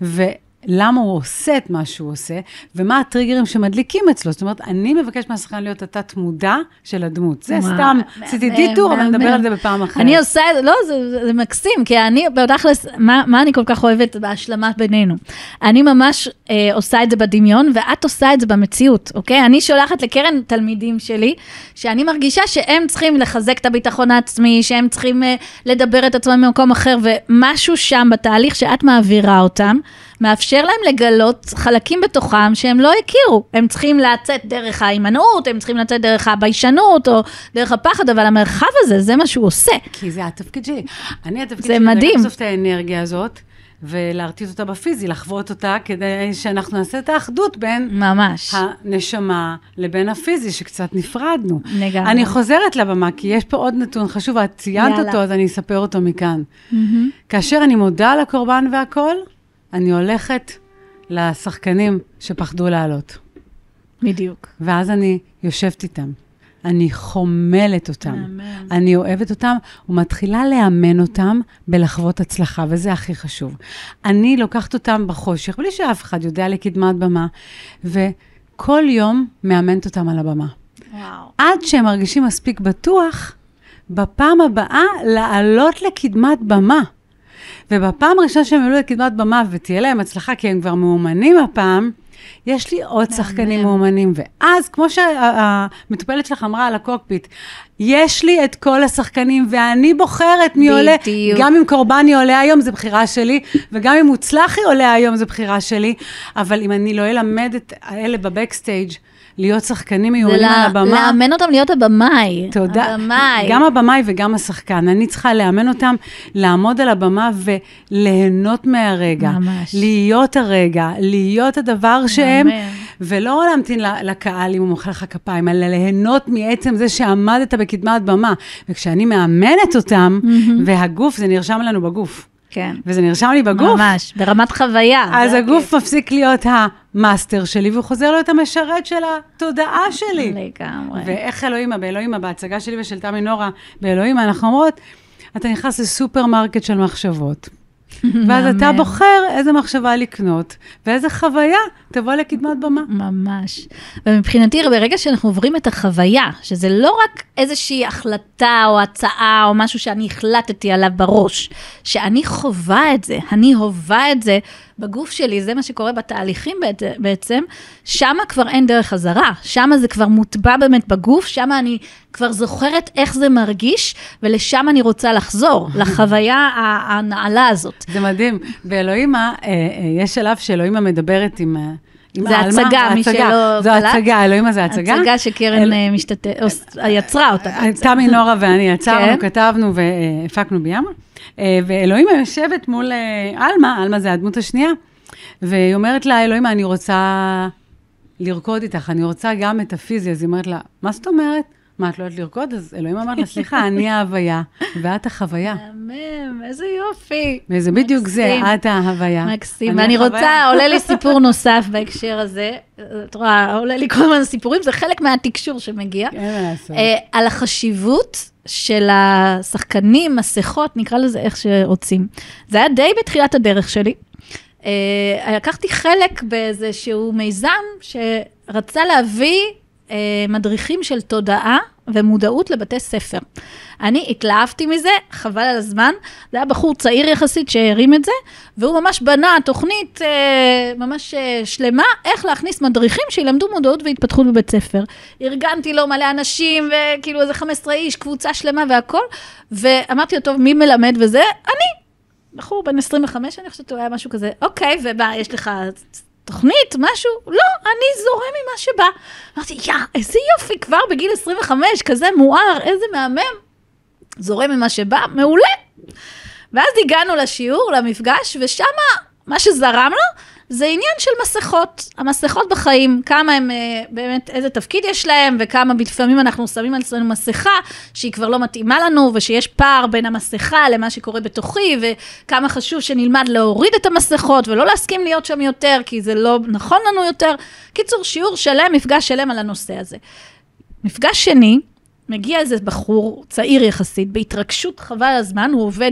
ולמה הוא עושה את מה שהוא עושה, ומה הטריגרים שמדליקים אצלו. זאת אומרת, אני מבקש מהשחקן להיות התת מודע של הדמות. זה סתם, עשיתי דיטור, אבל נדבר על זה בפעם אחרת. אני עושה את זה, לא, זה מקסים, כי אני, בתכלס, מה אני כל כך אוהבת בהשלמה בינינו? אני ממש עושה את זה בדמיון, ואת עושה את זה במציאות, אוקיי? אני שולחת לקרן תלמידים שלי, שאני מרגישה שהם צריכים לחזק את הביטחון העצמי, שהם צריכים לדבר את עצמם ממקום אחר, ומשהו שם בתהליך שאת מעבירה אותם, מאפשר להם לגלות חלקים בתוכם שהם לא הכירו. הם צריכים לצאת דרך ההימנעות, הם צריכים לצאת דרך הביישנות, או דרך הפחד, אבל המרחב הזה, זה מה שהוא עושה. כי זה התפקיד שלי. אני התפקיד שלי, זה לחשוף את האנרגיה הזאת, ולהרטיז אותה בפיזי, לחוות אותה, כדי שאנחנו נעשה את האחדות בין ממש. הנשמה לבין הפיזי, שקצת נפרדנו. לגמרי. אני חוזרת לבמה, כי יש פה עוד נתון חשוב, את ציינת אותו, אז אני אספר אותו מכאן. Mm-hmm. כאשר אני מודה על הקורבן והכל, אני הולכת לשחקנים שפחדו לעלות. בדיוק. ואז אני יושבת איתם. אני חומלת אותם. אמן. אני אוהבת אותם, ומתחילה לאמן אותם בלחוות הצלחה, וזה הכי חשוב. אני לוקחת אותם בחושך, בלי שאף אחד יודע לקדמת במה, וכל יום מאמנת אותם על הבמה. וואו. עד שהם מרגישים מספיק בטוח, בפעם הבאה לעלות לקדמת במה. ובפעם הראשונה שהם עלו לקדמת במה, ותהיה להם הצלחה, כי הם כבר מאומנים הפעם, יש לי עוד שחקנים מאומנים, ואז, כמו שהמטופלת שלך אמרה על הקוקפיט, יש לי את כל השחקנים, ואני בוחרת מי עולה, גם אם קורבני עולה היום, זה בחירה שלי, וגם אם מוצלחי עולה היום, זה בחירה שלי, אבל אם אני לא אלמד את האלה בבקסטייג', להיות שחקנים מיועדים על הבמה. לאמן אותם להיות הבמאי. תודה. הבמאי. גם הבמאי וגם השחקן. אני צריכה לאמן אותם, לעמוד על הבמה וליהנות מהרגע. ממש. להיות הרגע, להיות הדבר שהם, ולא להמתין לקהל אם הוא מוחא לך כפיים, אלא ליהנות מעצם זה שעמדת בקדמת במה. וכשאני מאמנת אותם, והגוף, זה נרשם לנו בגוף. כן. וזה נרשם לי בגוף. ממש, ברמת חוויה. אז הגוף מפסיק להיות המאסטר שלי, והוא חוזר להיות המשרת של התודעה שלי. לגמרי. ואיך אלוהימה, באלוהימה, בהצגה שלי ושל תמי נורה, באלוהימה, אנחנו אומרות, אתה נכנס לסופרמרקט של מחשבות. ואז אתה בוחר איזה מחשבה לקנות, ואיזה חוויה תבוא לקדמת במה. ממש. ומבחינתי, ברגע שאנחנו עוברים את החוויה, שזה לא רק איזושהי החלטה או הצעה או משהו שאני החלטתי עליו בראש, שאני חווה את זה, אני הובה את זה בגוף שלי, זה מה שקורה בתהליכים בעצם, שמה כבר אין דרך חזרה, שמה זה כבר מוטבע באמת בגוף, שמה אני כבר זוכרת איך זה מרגיש, ולשם אני רוצה לחזור, לחוויה הנעלה הזאת. זה מדהים, באלוהימה, יש שלב שאלוהימה מדברת עם... זה הצגה, מי שלא קלט. זו הצגה, אלוהימה זה הצגה. הצגה שקרן יצרה אותה. תמי נורה ואני יצרנו, כתבנו והפקנו בימה. ואלוהימה יושבת מול אלמה, אלמה זה הדמות השנייה, והיא אומרת לה, אלוהימה, אני רוצה לרקוד איתך, אני רוצה גם את הפיזי, אז היא אומרת לה, מה זאת אומרת? מה, את לא יודעת לרקוד? אז אלוהימה אמרת לה, סליחה, אני ההוויה, ואת החוויה. מהמם, איזה יופי. וזה בדיוק זה, את ההוויה. מקסים, ואני רוצה, עולה לי סיפור נוסף בהקשר הזה, את רואה, עולה לי כל מיני סיפורים, זה חלק מהתקשור שמגיע, על החשיבות של השחקנים, מסכות, נקרא לזה איך שרוצים. זה היה די בתחילת הדרך שלי. לקחתי חלק באיזשהו מיזם שרצה להביא מדריכים של תודעה ומודעות לבתי ספר. אני התלהבתי מזה, חבל על הזמן, זה היה בחור צעיר יחסית שהרים את זה, והוא ממש בנה תוכנית אה, ממש אה, שלמה, איך להכניס מדריכים שילמדו מודעות והתפתחות בבית ספר. ארגנתי לו מלא אנשים, וכאילו איזה חמישה עשר איש, קבוצה שלמה והכל, ואמרתי לו, טוב, מי מלמד וזה? אני. בחור בן עשרים וחמש, אני חושבת, הוא היה משהו כזה, אוקיי, ובא, יש לך תוכנית, משהו? לא, אני זורם ממה שבא. אמרתי, יא, איזה יופי, כבר בגיל עשרים וחמש, כזה מואר, איזה מהמם. זורם ממה שבא, מעולה. ואז הגענו לשיעור, למפגש, ושם מה שזרם לו, זה עניין של מסכות. המסכות בחיים, כמה הם, באמת, איזה תפקיד יש להם, וכמה לפעמים אנחנו שמים על עצמנו מסכה, שהיא כבר לא מתאימה לנו, ושיש פער בין המסכה למה שקורה בתוכי, וכמה חשוב שנלמד להוריד את המסכות, ולא להסכים להיות שם יותר, כי זה לא נכון לנו יותר. קיצור, שיעור שלם, מפגש שלם על הנושא הזה. מפגש שני, מגיע איזה בחור צעיר יחסית, בהתרגשות חבל הזמן, הוא עובד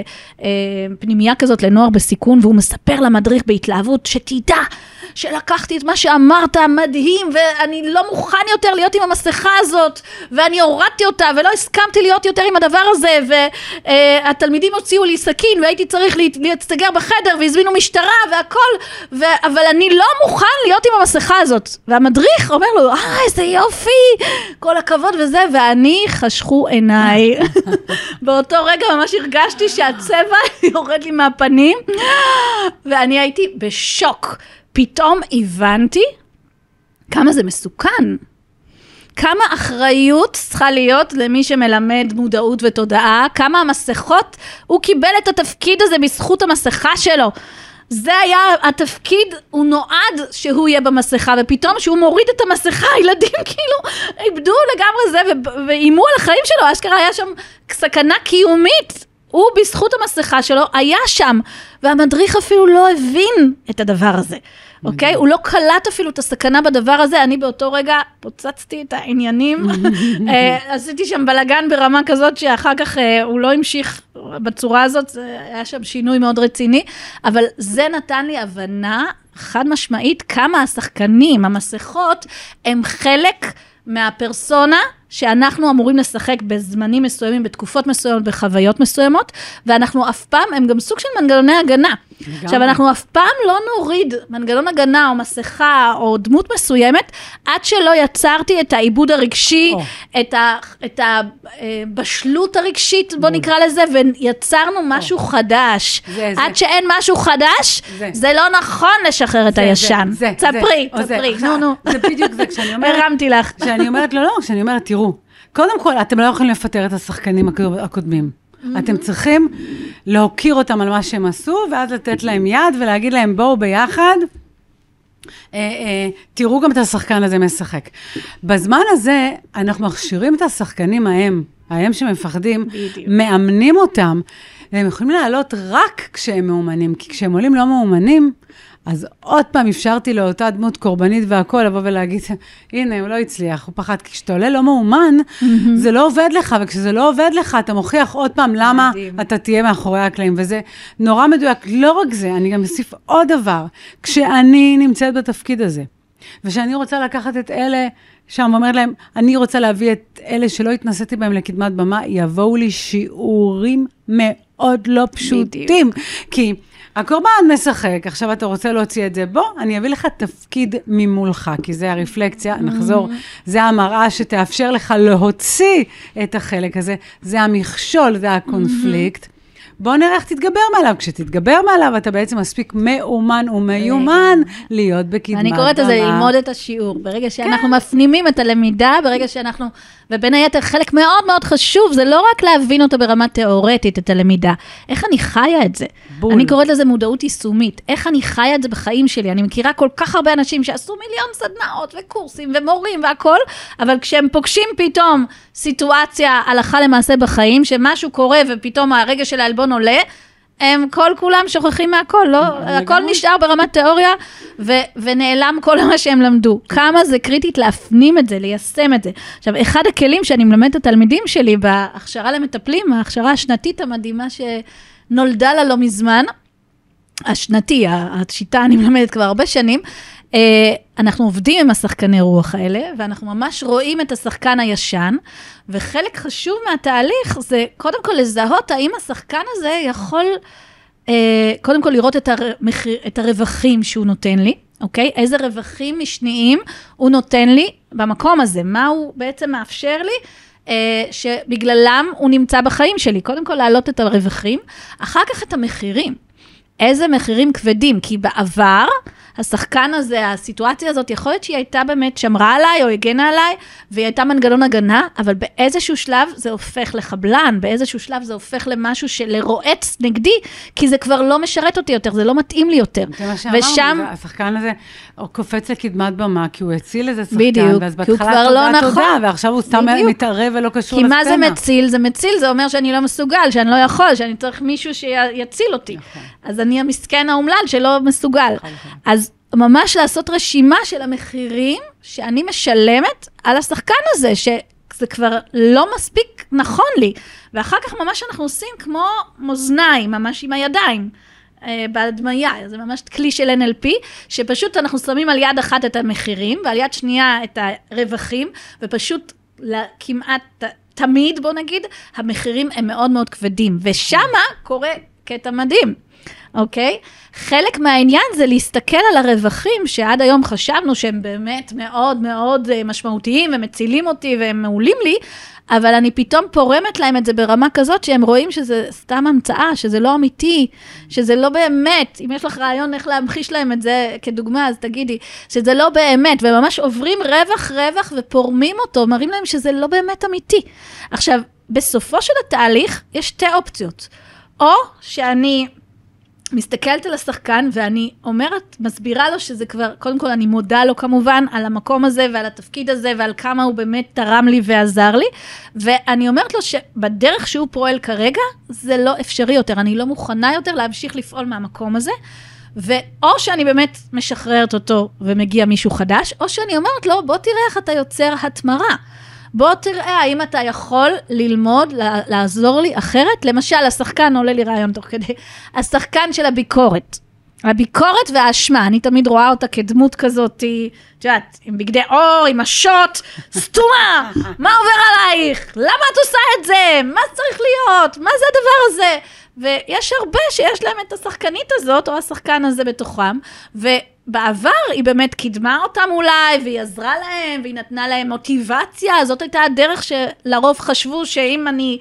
בפנימייה כזאת לנוער בסיכון, והוא מספר למדריך בהתלהבות, שתדע שלקחתי את מה שאמרת, מדהים, ואני לא מוכן יותר להיות עם המסכה הזאת, ואני הורדתי אותה, ולא הסכמתי להיות יותר עם הדבר הזה, והתלמידים הוציאו לי סכין, והייתי צריך להצטגר בחדר, והזמינו משטרה והכל, ו... אבל אני לא מוכן להיות עם המסכה הזאת. והמדריך אומר לו, אה, איזה יופי, כל הכבוד וזה, ואני חשכו עיניי. באותו רגע ממש הרגשתי שהצבע יורד לי מהפנים, ואני הייתי בשוק. פתאום הבנתי כמה זה מסוכן. כמה אחריות צריכה להיות למי שמלמד מודעות ותודעה, כמה המסכות, הוא קיבל את התפקיד הזה בזכות המסכה שלו. זה היה התפקיד, הוא נועד שהוא יהיה במסכה, ופתאום שהוא מוריד את המסכה, הילדים כאילו איבדו לגמרי זה, ואימו על החיים שלו, אשכרה היה שם סכנה קיומית, הוא בזכות המסכה שלו היה שם, והמדריך אפילו לא הבין את הדבר הזה, אוקיי? הוא לא קלט אפילו את הסכנה בדבר הזה, אני באותו רגע פוצצתי את העניינים, עשיתי שם בלגן ברמה כזאת שאחר כך הוא לא המשיך בצורה הזאת, היה שם שינוי מאוד רציני, אבל זה נתן לי הבנה חד משמעית כמה השחקנים, המסכות, הם חלק מהפרסונה שאנחנו אמורים לשחק בזמנים מסוימים, בתקופות מסוימות, בחוויות מסוימות, ואנחנו אף פעם, הם גם סוג של מנגנוני הגנה. עכשיו, אנחנו אף פעם לא נוריד מנגנון הגנה או מסכה או דמות מסוימת, עד שלא יצרתי את העיבוד הרגשי, את, ה, את הבשלות הרגשית, בוא נקרא לזה, ויצרנו משהו חדש. עד שאין משהו חדש, זה לא נכון לשחרר את הישן. צפרי, צפרי, נו, נו. זה בדיוק זה, כשאני אומרת... הרמתי לך. כשאני אומרת, לא, לא, כשאני אומרת, תראו, קודם כל, אתם לא יכולים לפטר את השחקנים הקודמים. אתם צריכים להוקיר אותם על מה שהם עשו, ואז לתת להם יד ולהגיד להם, בואו ביחד, תראו גם את השחקן הזה משחק. בזמן הזה, אנחנו מכשירים את השחקנים ההם, ההם שמפחדים, מאמנים אותם, והם יכולים לעלות רק כשהם מאומנים, כי כשהם עולים לא מאומנים, אז עוד פעם אפשרתי לאותה דמות קורבנית והכל, לבוא ולהגיד, הנה, הוא לא הצליח, הוא פחד, כי כשאתה עולה לא מאומן, זה לא עובד לך, וכשזה לא עובד לך, אתה מוכיח עוד פעם למה אתה תהיה מאחורי הקלעים, וזה נורא מדויק. לא רק זה, אני גם אוסיף עוד דבר, כשאני נמצאת בתפקיד הזה, ושאני רוצה לקחת את אלה שם, ואומרת להם, אני רוצה להביא את אלה שלא התנסיתי בהם לקדמת במה, יבואו לי שיעורים מאוד לא פשוטים, כי הקורבן משחק, עכשיו אתה רוצה להוציא את זה, בוא, אני אביא לך תפקיד ממולך, כי זה הרפלקציה, נחזור, זה המראה שתאפשר לך להוציא את החלק הזה, זה המכשול, זה הקונפליקט, בוא נראה איך תתגבר מעליו, כשתתגבר מעליו, אתה בעצם מספיק מאומן ומיומן להיות בקדמת. אני קוראת לזה ללמוד את השיעור, ברגע שאנחנו מפנימים את הלמידה, ברגע שאנחנו, ובין היתר חלק מאוד מאוד חשוב, זה לא רק להבין אותו ברמה תיאורטית, את הלמידה, איך אני חיה את זה? אני קוראת לזה מודעות יישומית, איך אני חיה את זה בחיים שלי? אני מכירה כל כך הרבה אנשים שעשו מיליון סדנאות וקורסים ומורים והכל, אבל כשהם פוגשים פתאום סיטואציה הלכה למעשה בחיים, שמשהו קורה ופתאום הרגע של האלבון עולה, הם כל כולם שוכחים מהכל, לא? הכל נשאר ברמת תיאוריה, ו- ונעלם כל מה שהם למדו. כמה זה קריטית להפנים את זה, ליישם את זה. עכשיו, אחד הכלים שאני מלמדת את התלמידים שלי, בהכשרה למטפלים, ההכשרה השנתית המדהימה שנולדה לה לא מזמן, השנתי, השיטה אני מלמדת כבר הרבה שנים, אנחנו עובדים עם השחקני רוח האלה, ואנחנו ממש רואים את השחקן הישן, וחלק חשוב מהתהליך זה קודם כל לזהות האם השחקן הזה יכול, אה, קודם כל לראות את, המחיר, את הרווחים שהוא נותן לי, אוקיי? איזה רווחים משניים הוא נותן לי במקום הזה, מה הוא בעצם מאפשר לי, אה, שבגללם הוא נמצא בחיים שלי. קודם כל להעלות את הרווחים, אחר כך את המחירים. איזה מחירים כבדים, כי בעבר, השחקן הזה, הסיטואציה הזאת, יכול להיות שהיא הייתה באמת שמרה עליי, או הגנה עליי, והיא הייתה מנגנון הגנה, אבל באיזשהו שלב זה הופך לחבלן, באיזשהו שלב זה הופך למשהו שלרועץ נגדי, כי זה כבר לא משרת אותי יותר, זה לא מתאים לי יותר. זה מה שאמרנו, ושם... השחקן הזה קופץ לקדמת במה, כי הוא הציל איזה שחקן, בדיוק, ואז בהתחלה תודה, לא תודה, נכון. ועכשיו הוא סתם בדיוק. מתערב ולא קשור לסצנה. כי מה זה מציל? זה מציל, זה אומר שאני לא מסוגל, שאני לא יכול, שאני צריך מישהו שיציל אותי. נכון. אז אני המסכן האומלל שלא מסוגל. נכון. אז ממש לעשות רשימה של המחירים שאני משלמת על השחקן הזה, שזה כבר לא מספיק נכון לי. ואחר כך ממש אנחנו עושים כמו מאזניים, ממש עם הידיים, בהדמיה. זה ממש כלי של אן אל פי, שפשוט אנחנו שמים על יד אחת את המחירים, ועל יד שנייה את הרווחים, ופשוט כמעט תמיד, בוא נגיד, המחירים הם מאוד מאוד כבדים. ושמה קורה קטע מדהים. אוקיי? חלק מהעניין זה להסתכל על הרווחים שעד היום חשבנו שהם באמת מאוד מאוד משמעותיים ומצילים אותי והם מעולים לי, אבל אני פתאום פורמת להם את זה ברמה כזאת שהם רואים שזה סתם המצאה, שזה לא אמיתי, שזה לא באמת. אם יש לך רעיון איך להמחיש להם את זה כדוגמה, אז תגידי שזה לא באמת, וממש עוברים רווח רווח ופורמים אותו, מראים להם שזה לא באמת אמיתי. עכשיו, בסופו של התהליך יש שתי אופציות. או שאני מסתכלת על השחקן, ואני אומרת, מסבירה לו שזה כבר, קודם כל אני מודה לו כמובן, על המקום הזה ועל התפקיד הזה, ועל כמה הוא באמת תרם לי ועזר לי, ואני אומרת לו שבדרך שהוא פועל כרגע, זה לא אפשרי יותר, אני לא מוכנה יותר להמשיך לפעול מהמקום הזה, ואו שאני באמת משחררת אותו ומגיע מישהו חדש, או שאני אומרת לו, בוא תראה איך אתה יוצר התמרה, בוא תראה האם אתה יכול ללמוד, לעזור לי אחרת. למשל, השחקן עולה לי רעיון תוך כדי, השחקן של הביקורת. הביקורת והאשמה, אני תמיד רואה אותה כדמות כזאת, ג'את, עם בגדי אור, עם השוט, סתומה, מה עובר עלייך? למה את עושה את זה? מה צריך להיות? מה זה הדבר הזה? ויש הרבה שיש להם את השחקנית הזאת, או השחקן הזה בתוכם, ובעבר היא באמת קידמה אותם אולי, והיא עזרה להם, והיא נתנה להם מוטיבציה, זאת הייתה הדרך שלרוב חשבו, שאם אני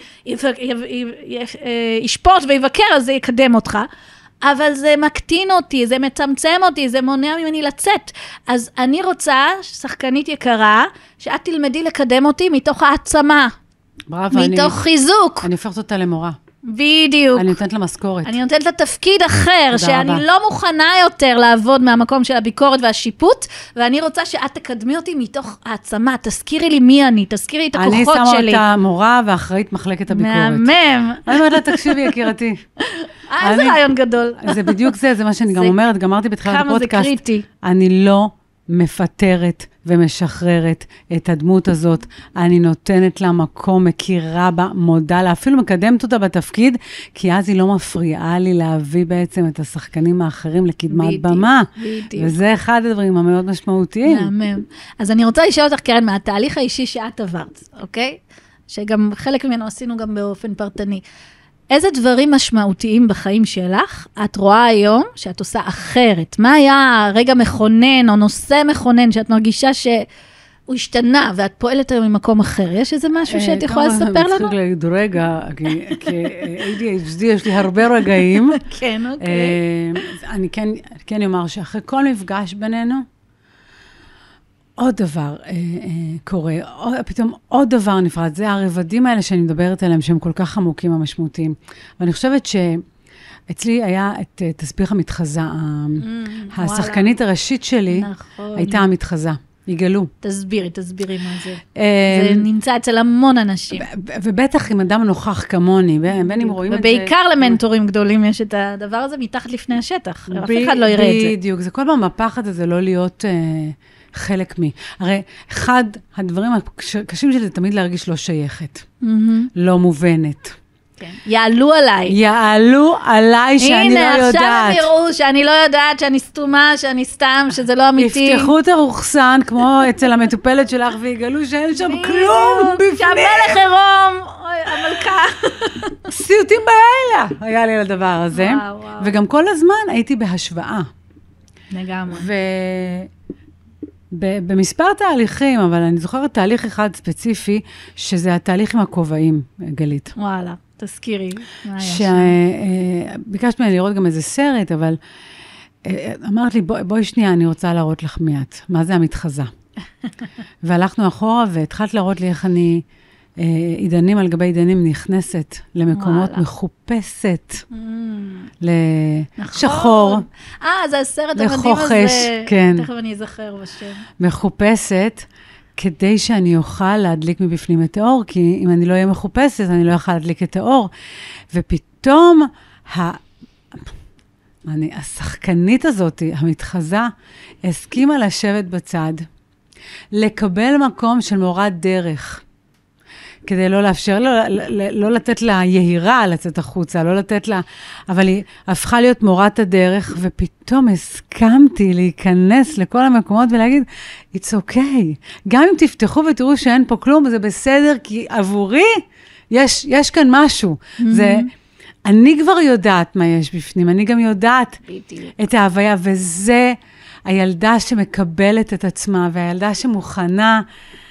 אשפוט ויבקר, אז זה יקדם אותך, אבל זה מקטין אותי, זה מצמצם אותי, זה מונע ממני לצאת. אז אני רוצה, שחקנית יקרה, שאת תלמדי לקדם אותי מתוך העצמה, ברavo, מתוך אני, חיזוק. אני הופכת אותה למורה. בדיוק. אני נותנת לה משכורת. אני נותנת לה תפקיד אחר, שאני רבה. לא מוכנה יותר לעבוד מהמקום של הביקורת והשיפוט, ואני רוצה שאת תקדמי אותי מתוך העצמה, תזכירי לי מי אני, תזכירי את הכוחות שלי. אני שמה אותה מורה ואחראית מחלקת הביקורת. מהמם. אני אומרת לה, תקשיבי יקירתי. אה, איזה רעיון גדול. זה בדיוק זה, זה מה שאני גם אומרת, גם אמרתי בתחילת הפודקאסט. כמה זה קריטי. אני לא מפטרת ומשחררת את הדמות הזאת, אני נותנת לה מקום, מכירה בה, מודה לה, אפילו מקדמת אותה בתפקיד, כי אז היא לא מפריעה לי להביא בעצם את השחקנים האחרים לקדמת בדיוק, במה. בדיוק. וזה אחד הדברים המאוד משמעותיים. מהמם. אז אני רוצה לשאול אותך, קרן, מהתהליך האישי שאת עברת, אוקיי? שגם חלק ממנו עשינו גם באופן פרטני. איזה דברים משמעותיים בחיים שלך את רואה היום שאת עושה אחרת? מה היה רגע מכונן או נושא מכונן שאת מרגישה שהוא השתנה ואת פועלת היום ממקום אחר? יש איזה משהו שאת יכולה לספר לנו? מצחיק להגיד רגע, כי איי די אייץ' די יש לי הרבה רגעים. כן, אוקיי. אני כן אומר שאחרי כל מפגש בינינו, עוד דבר אה, אה, קורה, עוד, פתאום עוד דבר נפרד, זה הרבדים האלה שאני מדברת עליהם, שהם כל כך עמוקים המשמעותיים. ואני חושבת שאצלי היה את uh, תסביך המתחזה, mm, השחקנית וואלה. הראשית שלי, נכון. הייתה המתחזה, יגלו. תסבירי, תסבירי מה זה. זה נמצא אצל המון אנשים. ובטח אם אדם נוכח כמוני, בין אם רואים את זה. ובעיקר למנטורים גדולים יש את הדבר הזה מתחת לפני השטח, אף אחד לא יראה את זה. בדיוק, זה כל פעם הפחד הזה לא להיות חלק מי. הרי אחד הדברים הקשים שלי זה תמיד להרגיש לא שייכת, לא מובנת. כן. יעלו עליי. יעלו עליי שאני לא יודעת. הנה, עכשיו הם יראו שאני לא יודעת, שאני סתומה, שאני סתם, שזה לא אמיתי. יפתחו את הרוחסן, כמו אצל המטופלת שלך, ויגלו שאין שם כלום בפנים. שהמלך עירום, אוי, המלכה. סיוטים בלילה, היה לי על הדבר הזה. וואו, וואו. וגם כל הזמן הייתי בהשוואה. לגמרי. ו... במספר תהליכים, אבל אני זוכרת תהליך אחד ספציפי, שזה התהליך עם הכובעים, גלית. וואלה, תזכירי. ביקשת ממני לראות גם איזה סרט, אבל אמרת לי, בואי שנייה, אני רוצה להראות לך מיד. מה זה המתחזה? והלכנו אחורה, והתחלת להראות לי איך אני, עידנים על גבי עידנים, נכנסת למקומות מחופשת, לשחור, אה, זה הסרט המדהים הזה. לחוחש, כן. תכף אני אזכר בשם. מחופשת, כדי שאני אוכל להדליק מבפנים את האור, כי אם אני לא אהיה מחופשת, אני לא אוכל להדליק את האור. ופתאום, ה... אני, השחקנית הזאת, המתחזה, הסכימה לשבת בצד, לקבל מקום של מורת דרך, כדי לא לאפשר, לא, לא, לא לתת לה יהירה לצאת החוצה, לא לתת לה, אבל היא הפכה להיות מורת הדרך, ופתאום הסכמתי להיכנס לכל המקומות ולהגיד, it's okay. גם אם תפתחו ותראו שאין פה כלום, זה בסדר, כי עבורי יש, יש כאן משהו. Mm-hmm. זה, אני כבר יודעת מה יש בפנים, אני גם יודעת בדיוק. את ההוויה, וזה הילדה שמקבלת את עצמה, והילדה שמוכנה,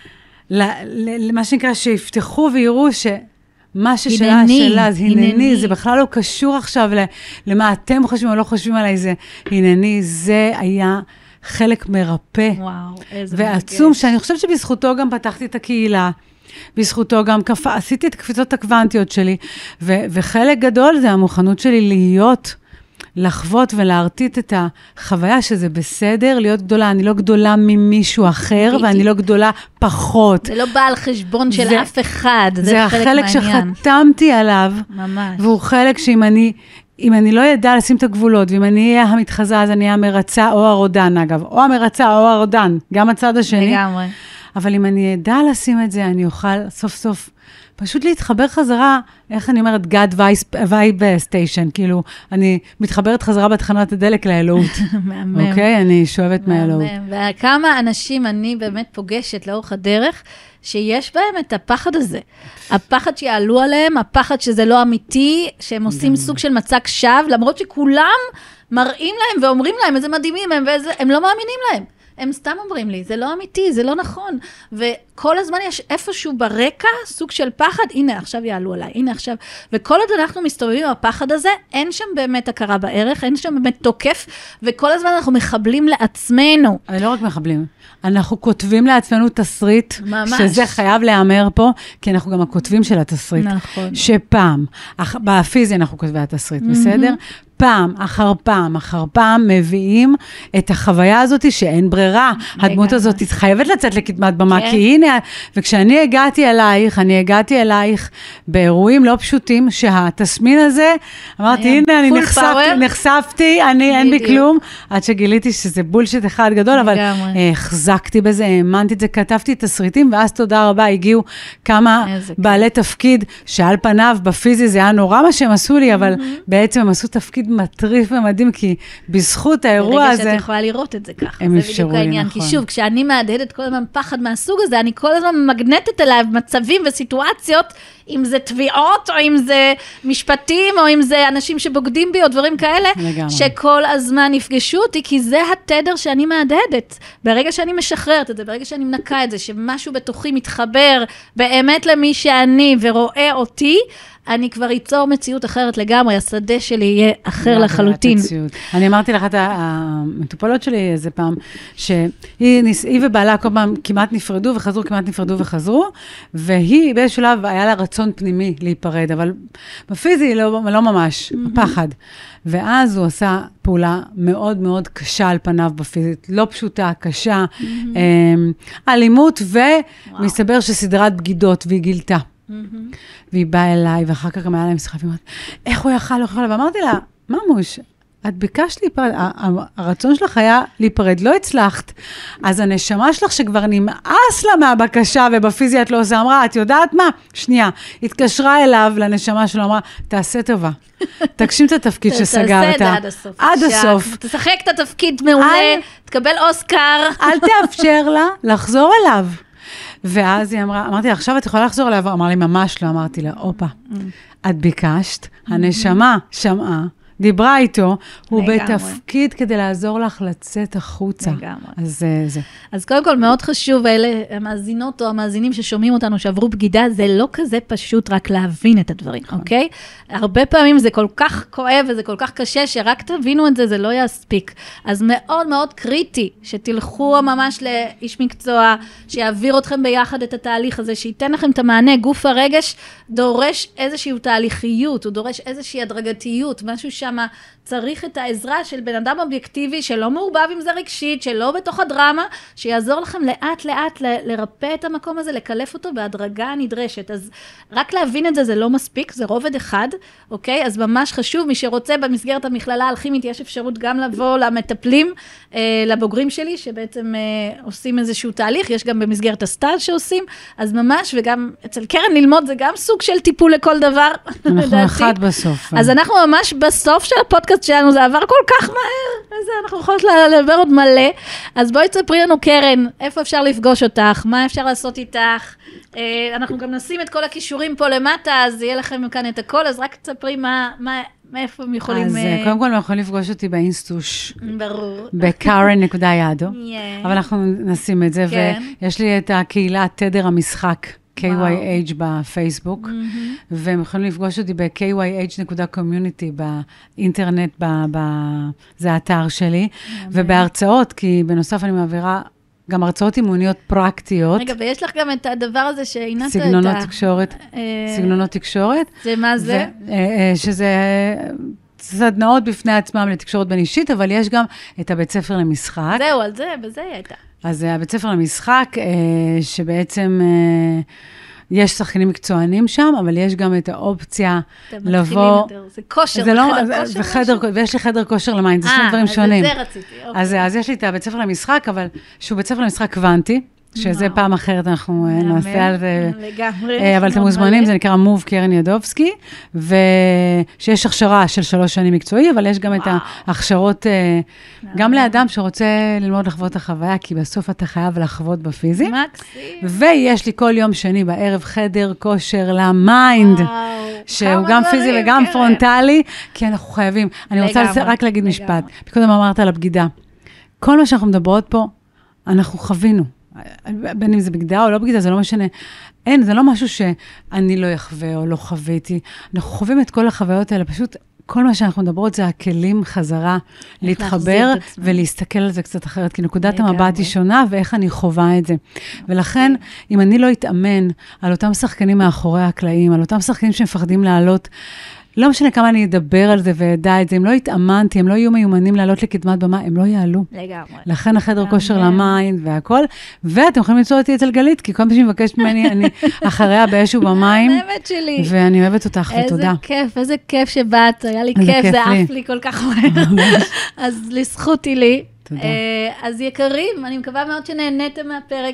למה שנקרא, שיפתחו ויראו שמה ששלה שלה, אז הנני, זה בכלל לא קשור עכשיו למה אתם חושבים או לא חושבים עליי, זה הנני, זה היה חלק מרפא. וואו, איזה ועצום, שאני חושבת שבזכותו גם פתחתי את הקהילה, בזכותו גם קפה, עשיתי את הקפיצות הקוונטיות שלי, ו- וחלק גדול זה המוכנות שלי להיות, לחוות ולהרתית את החוויה שזה בסדר, להיות גדולה. אני לא גדולה ממישהו אחר, ביטי. ואני לא גדולה פחות. זה לא בא על חשבון של זה, אף אחד, זה, זה חלק החלק מעניין. שחתמתי עליו, ממש. והוא חלק שאם אני, אם אני לא ידע לשים את הגבולות, ואם אני אהיה המתחזה, אז אני אהיה המרצה או הרודן, אגב, או המרצה או הרודן, גם הצד השני. לגמרי. אבל אם אני ידע לשים את זה, אני אוכל סוף סוף פשוט להתחבר חזרה, איך אני אומרת, God Vibe Station, כאילו, אני מתחברת חזרה בתחנת הדלק לאלוהות. מהמם. אוקיי? אני שואבת מאלוהות. וכמה אנשים אני באמת פוגשת לאורך הדרך, שיש בהם את הפחד הזה. הפחד שיעלו עליהם, הפחד שזה לא אמיתי, שהם עושים סוג של מצג שווא, למרות שכולם מראים להם ואומרים להם איזה מדהימים הם, והם לא מאמינים להם. הם סתם אומרים לי, זה לא אמיתי, זה לא נכון. וכל הזמן יש איפשהו ברקע, סוג של פחד, הנה עכשיו יעלו עליי, הנה עכשיו. וכל עוד אנחנו מסתובבים עם הפחד הזה, אין שם באמת הכרה בערך, אין שם באמת תוקף, וכל הזמן אנחנו מחבלים לעצמנו. אבל לא רק מחבלים, אנחנו כותבים לעצמנו תסריט, ממש. שזה חייב להיאמר פה, כי אנחנו גם הכותבים של התסריט. נכון. שפעם, בפיזי אנחנו כותבי התסריט, בסדר? פעם, אחר פעם, אחר פעם, מביאים את החוויה הזאת שאין ברירה. הדמות הזאת חייבת לצאת לקדמת במה, כי הנה, וכשאני הגעתי אלייך, אני הגעתי אלייך באירועים לא פשוטים, שהתסמין הזה, אמרתי, הנה, אני נחשפתי, אני, אין בי כלום, עד שגיליתי שזה בולשיט אחד גדול, אבל החזקתי בזה, האמנתי את זה, כתבתי תסריטים, ואז תודה רבה, הגיעו כמה בעלי תפקיד, שעל פניו, בפיזי זה היה נורא מה שהם עשו לי, אבל בעצם הם עשו תפקיד מטריף ומדהים, כי בזכות האירוע הזה... ברגע שאת יכולה לראות את זה ככה. הם אפשרו לי, נכון. כי שוב, כשאני מהדהדת כל הזמן פחד מהסוג הזה, אני כל הזמן מגנטת אליו מצבים וסיטואציות, אם זה תביעות, או אם זה משפטים, או אם זה אנשים שבוגדים בי, או דברים כאלה, לגמרי. שכל הזמן יפגשו אותי, כי זה התדר שאני מהדהדת. ברגע שאני משחררת את זה, ברגע שאני מנקה את זה, שמשהו בתוכי מתחבר באמת למי שאני ורואה אותי, אני כבר ייצור מציאות אחרת לגמרי, השדה שלי יהיה אחר לחלוטין. אני אמרתי לך את המטופלות שלי איזה פעם, שהיא ובעלה כל פעם כמעט נפרדו וחזרו, כמעט נפרדו וחזרו, והיא באיזשהו שלב היה לה רצון פנימי להיפרד, אבל בפיזי לא, לא ממש, הפחד. ואז הוא עשה פעולה מאוד מאוד קשה על פניו בפיזית, לא פשוטה, קשה, אלימות, ומסתבר שסדרת בגידות, והיא גילתה. והיא באה אליי, ואחר כך גם היה להם שיחה, ואמרת, איך הוא יכל, איך הוא יכל, ואמרתי לה, ממוש, את ביקשת להיפרד, הרצון שלך היה להיפרד, לא הצלחת. אז הנשמה שלך שכבר נמאס לה מהבקשה, ובפיזי את לא עושה, אמרה, את יודעת מה? שנייה, התקשרה אליו לנשמה שלו, אמרה, תעשה טובה. תגשים את התפקיד שסגרת. תעשה את זה עד הסוף. עד הסוף. תשחק את התפקיד מעולה, תקבל אוסקר. אל תאפשר לה לחזור אליו. ואז היא אמרה, אמרתי לה, עכשיו את יכולה לחזור אליו? אמר לי, ממש לא, אמרתי לה, אופה, את ביקשת, הנשמה שמעה, דיברה איתו, הוא בתפקיד כדי לעזור לך לצאת החוצה. לגמרי. אז זה. אז קודם כל מאוד חשוב, אלה המאזינות או המאזינים ששומעים אותנו שעברו בגידה, זה לא כזה פשוט רק להבין את הדברים, אוקיי? הרבה פעמים זה כל כך כואב וזה כל כך קשה, שרק תבינו את זה, זה לא יספיק. אז מאוד מאוד קריטי, שתלכו ממש לאיש מקצוע, שיעביר אתכם ביחד את התהליך הזה, שייתן לכם את המענה, גוף הרגש דורש איזושהי תהליכיות, הוא דורש איזושהי הדרגתיות, משהו שמה צריך את העזרה של בן אדם אובייקטיבי, שלא מעורבב עם זה רגשית, שלא בתוך הדרמה, שיעזור לכם לאט לאט ל- לרפא את המקום הזה, לקלף אותו בהדרגה הנדרשת. אז רק להבין את זה, זה לא מספיק, זה רובד אחד, אוקיי? אז ממש חשוב, מי שרוצה במסגרת המכללה האלכימית, יש אפשרות גם לבוא למטפלים, אה, לבוגרים שלי, שבעצם אה, עושים איזשהו תהליך, יש גם במסגרת הסטאז' שעושים, אז ממש, וגם אצל קרן ללמוד, זה גם סוג של טיפול לכל דבר. אנחנו אחד בסוף. אז אנחנו ממש בסוף של הפודקאסט שלנו, זה עבר כל כך מהר, וזה, אנחנו יכולות לדבר עוד מלא. אז בואי תספרי לנו, קרן, איפה אפשר לפגוש אותך, מה אפשר לעשות איתך, אנחנו גם נשים את כל הכישורים פה למטה, אז יהיה לכם כאן את הכל, אז רק תספרי מה, מה, מאיפה הם יכולים... אז קודם כל, הם יכולים לפגוש אותי באינסטוש. ברור. בקארן נקודה ידו. אבל אנחנו נשים את זה, ויש לי את הקהילה תדר המשחק. קיי וואי אייץ' בפייסבוק, והם יכולים לפגוש אותי ב-קיי וואי אייץ' נקודה קומיוניטי באינטרנט, זה האתר שלי, ובהרצאות, כי בנוסף אני מעבירה גם הרצאות אימוניות פרקטיות. רגע, ויש לך גם את הדבר הזה שעינת את ה... סגנונות תקשורת, סגנונות תקשורת. זה מה זה? שזה סדנאות בפני עצמם לתקשורת בין אישית, אבל יש גם את הבית ספר למשחק. זהו, על זה, בזה היא הייתה. אז הבית ספר למשחק, שבעצם יש שחקנים מקצוענים שם, אבל יש גם את האופציה לבוא... זה כושר, זה חדר כושר. ויש לי חדר כושר למיינד, זה שני דברים שונים. אה, זה רציתי, אוקיי. אז יש לי את הבית ספר למשחק, אבל שהוא בית ספר למשחק קוונטי, שזה פעם אחרת אנחנו נעשה על זה. לגמרי. אבל אתם מוזמנים, זה נקרא מוב קרן ידובסקי, ושיש הכשרה של שלוש שנים מקצועי, אבל יש גם את ההכשרות, גם לאדם שרוצה ללמוד לחוות את החוויה, כי בסוף אתה חייב לחוות בפיזי. מקסים. ויש לי כל יום שני בערב חדר כושר למיינד, שהוא גם פיזי וגם פרונטלי, כי אנחנו חייבים. אני רוצה רק להגיד משפט. קודם אמרת על הבגידה. כל מה שאנחנו מדברות פה, אנחנו חווינו. בין אם זה בגדה או לא בגדה, זה לא משנה. אין, זה לא משהו שאני לא יחווה או לא חוויתי. אנחנו חווים את כל החוויות האלה, פשוט כל מה שאנחנו מדברות זה הכלים חזרה להתחבר ולהסתכל על זה קצת אחרת, כי נקודת המבט היא שונה ואיך אני חווה את זה. ולכן, אם אני לא אתאמן על אותם שחקנים מאחורי הקלעים, על אותם שחקנים שמפחדים לעלות, לא משנה כמה אני אדבר על זה וידע את זה, אם לא התאמנתי, הם לא יהיו מיומנים לעלות לקדמת במה, הם לא יעלו. לגמרי. לכן החדר כושר למים והכל, ואתם יכולים למצוא אותי אצל גלית, כי כל מה שהיא מבקשת ממני, אני אחריה באיזשהו במים. באמת שלי. ואני אוהבת אותך, ותודה. איזה כיף, איזה כיף שבאת, היה לי כיף, זה עף לי כל כך מהר. אז לזכותי לי. תודה. אז יקרים, אני מקווה מאוד שנהניתם מהפרק.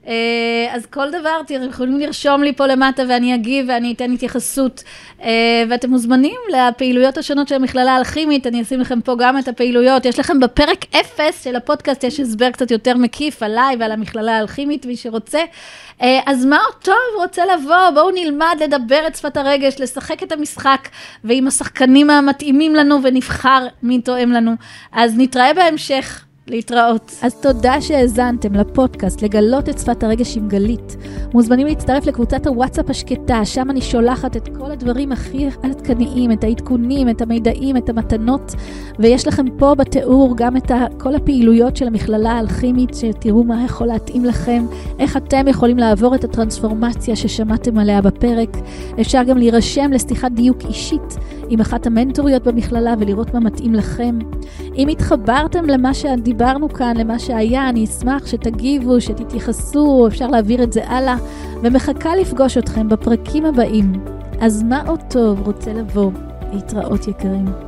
אז כל דבר, אתם יכולים לרשום לי פה למטה, ואני אגיב, ואני אתן התייחסות. ואתם מוזמנים לפעילויות השונות של המכללה האלכימית, אני אשים לכם פה גם את הפעילויות. יש לכם בפרק אפס של הפודקאסט, יש הסבר קצת יותר מקיף עליי ועל המכללה האלכימית, מי שרוצה. אז מה עוד טוב רוצה לבוא? בואו נלמד לדבר את שפת הרגש, לשחק את המשחק, ועם השחקנים המתאימים לנו, ונבחר מי תואם לנו. אז נתראה בהמשך. להתראות. אז תודה שהאזנתם לפודקאסט לגלות את שפת הרגש עם גלית. מוזמנים להצטרף לקבוצת הוואטסאפ השקטה, שם אני שולחת את כל הדברים הכי עדכניים, את העדכונים, את המידעים, את המתנות, ויש לכם פה בתיאור גם את כל הפעילויות של המכללה האלכימית, שתראו מה יכול להתאים לכם, איך אתם יכולים לעבור את הטרנספורמציה ששמעתם עליה בפרק. אפשר גם להירשם לשיחת דיוק אישית עם אחת המנטוריות במכללה ולראות מה מתאים לכם. אם התחברתם למה שדיברנו כאן, למה שהיה, אני אשמח שתגיבו, שתתייחסו, אפשר להעביר את זה הלאה, ומחכה לפגוש אתכם בפרקים הבאים. אז מה עוד טוב רוצה לבוא? להתראות יקרים.